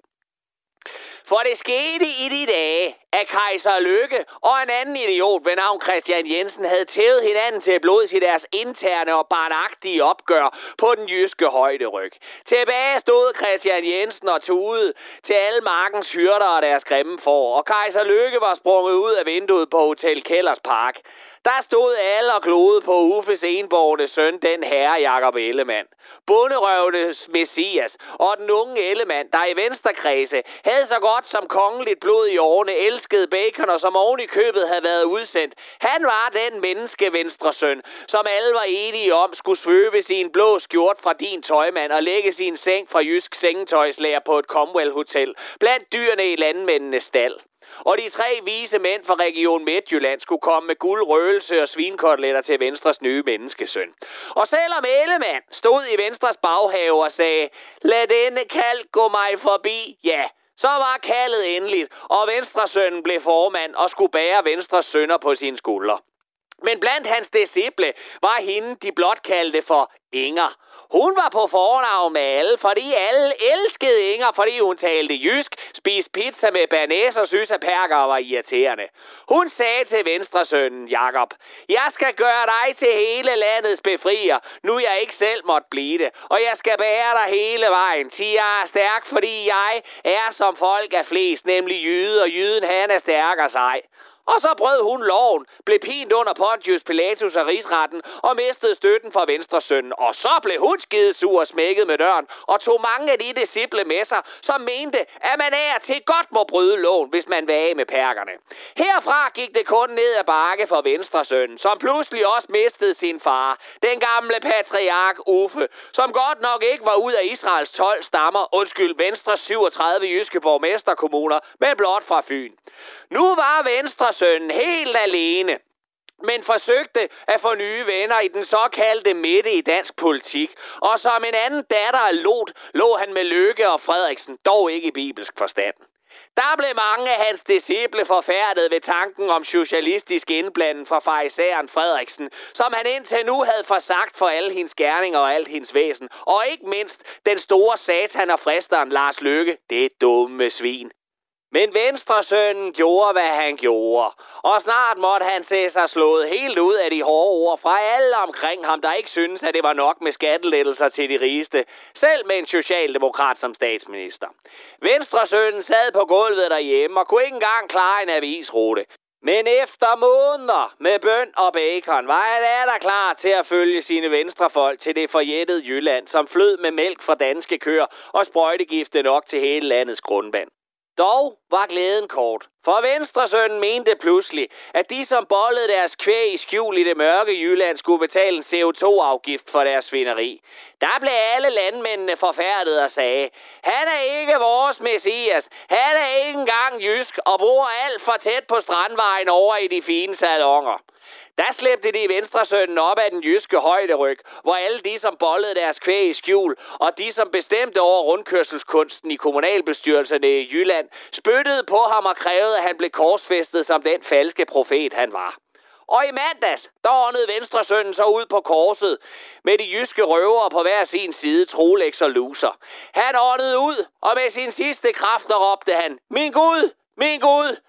For det skete i de dage, at kejser Lykke og en anden idiot ved navn Christian Jensen havde tævet hinanden til blods i deres interne og barnagtige opgør på den jyske højderyg. Tilbage stod Christian Jensen og tudede til alle markens hyrder og deres grimme får, og kejser Lykke var sprunget ud af vinduet på Hotel Kellers Park. Der stod alle og glodede på Uffes enborgne søn, den herre Jakob Ellemann. Bonderøvenes Messias og den unge Ellemann, der i venstrekredse havde så godt som kongeligt blod i årene, elskede bacon og som oven i købet havde været udsendt. Han var den menneske-venstresøn, som alle var enige om skulle svøbe sin blå skjort fra din tøjmand og lægge sin seng fra Jysk Sengetøjslager på et Comwell Hotel blandt dyrene i landmændenes stald. Og de 3 vise mænd fra Region Midtjylland skulle komme med guld, røgelse og svinkoteletter til Venstres nye menneskesøn. Og selvom Ellemann stod i Venstres baghave og sagde, lad denne kald gå mig forbi, ja, så var kaldet endeligt, og Venstresønnen blev formand og skulle bære Venstres sønner på sine skuldre. Men blandt hans disciple var hende, de blot kaldte for Inger. Hun var på fornavn med alle, fordi alle elskede Inger, fordi hun talte jysk, spiste pizza med bearnaise og synes, at perker var irriterende. Hun sagde til venstresønnen Jakob, jeg skal gøre dig til hele landets befrier, nu jeg ikke selv måtte blive det, og jeg skal bære dig hele vejen, til jeg er stærk, fordi jeg er som folk af flest, nemlig jyde, og jyden han er stærkere sig. Og så brød hun loven, blev pint under Pontius Pilatus og rigsretten og mistede støtten fra venstresønnen. Og så blev hun skidesur og smækket med døren og tog mange af de disciple med sig, som mente, at man af til godt må bryde loven, hvis man var af med perkerne. Herfra gik det kun ned ad bakke for venstresønnen, som pludselig også mistede sin far, den gamle patriark Uffe, som godt nok ikke var ud af Israels 12 stammer, Venstres 37 jyske borgmesterkommuner, men blot fra Fyn. Nu var venstresønnen helt alene, men forsøgte at få nye venner i den såkaldte midte i dansk politik. Og som en anden datter af Lot, lå han med Løkke og Frederiksen, dog ikke i bibelsk forstand. Der blev mange af hans disciple forfærdet ved tanken om socialistisk indblanden fra farisæeren Frederiksen, som han indtil nu havde forsagt for alle hendes gerninger og alt hendes væsen. Og ikke mindst den store satan og fristeren Lars Løkke, det dumme svin. Men venstresønnen gjorde, hvad han gjorde, og snart måtte han se sig slået helt ud af de hårde ord fra alle omkring ham, der ikke syntes, at det var nok med skattelettelser til de rigeste, selv med en socialdemokrat som statsminister. Venstresønnen sad på gulvet derhjemme og kunne ikke engang klare en avisrute. Men efter måneder med bøn og bacon var han atter klar til at følge sine venstrefolk til det forjættede Jylland, som flød med mælk fra danske køer og sprøjtegifte nok til hele landets grundvand. Dog var glæden kort, for venstresønnen mente pludselig, at de som bollede deres kvæg i skjul i det mørke Jylland skulle betale en CO2-afgift for deres svineri. Der blev alle landmændene forfærdet og sagde, han er ikke vores messias, han er ikke engang jysk og bor alt for tæt på strandvejen over i de fine salonger. Der slæbte de venstresønnen op af den jyske højderyg, hvor alle de, som bollede deres kvæg i skjul, og de, som bestemte over rundkørselskunsten i kommunalbestyrelserne i Jylland, spyttede på ham og krævede, at han blev korsfæstet som den falske profet, han var. Og i mandags, der åndede venstresønnen så ud på korset med de jyske røvere på hver sin side, Trolex og Loser. Han åndede ud, og med sin sidste kræfter råbte han, min Gud,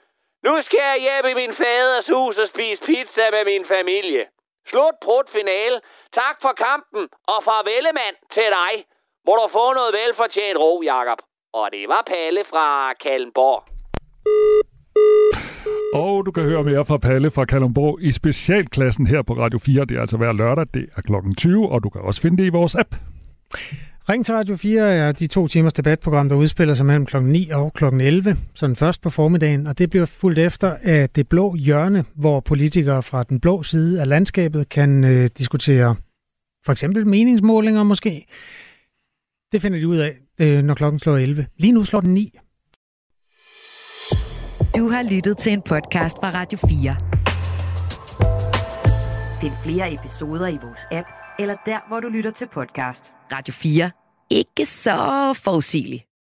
Nu skal jeg hjem i min faders hus og spise pizza med min familie. Slut prut finale. Tak for kampen, og farvelemand til dig. Må du få noget velfortjent ro, Jakob. Og det var Palle fra Kalundborg. Og du kan høre mere fra Palle fra Kalundborg i specialklassen her på Radio 4. Det er altså hver lørdag, det er klokken 20, og du kan også finde det i vores app. Ring til Radio 4 er de 2 timers debatprogram, der udspiller sig mellem klokken 9 og klokken 11, sådan først på formiddagen, og det bliver fulgt efter af Det Blå Hjørne, hvor politikere fra den blå side af landskabet kan diskutere for eksempel meningsmålinger måske. Det finder de ud af, når klokken slår 11. Lige nu slår den 9. Du har lyttet til en podcast fra Radio 4. Find flere episoder i vores app, eller der, hvor du lytter til podcast. Radio 4. Ikke så forudsigeligt.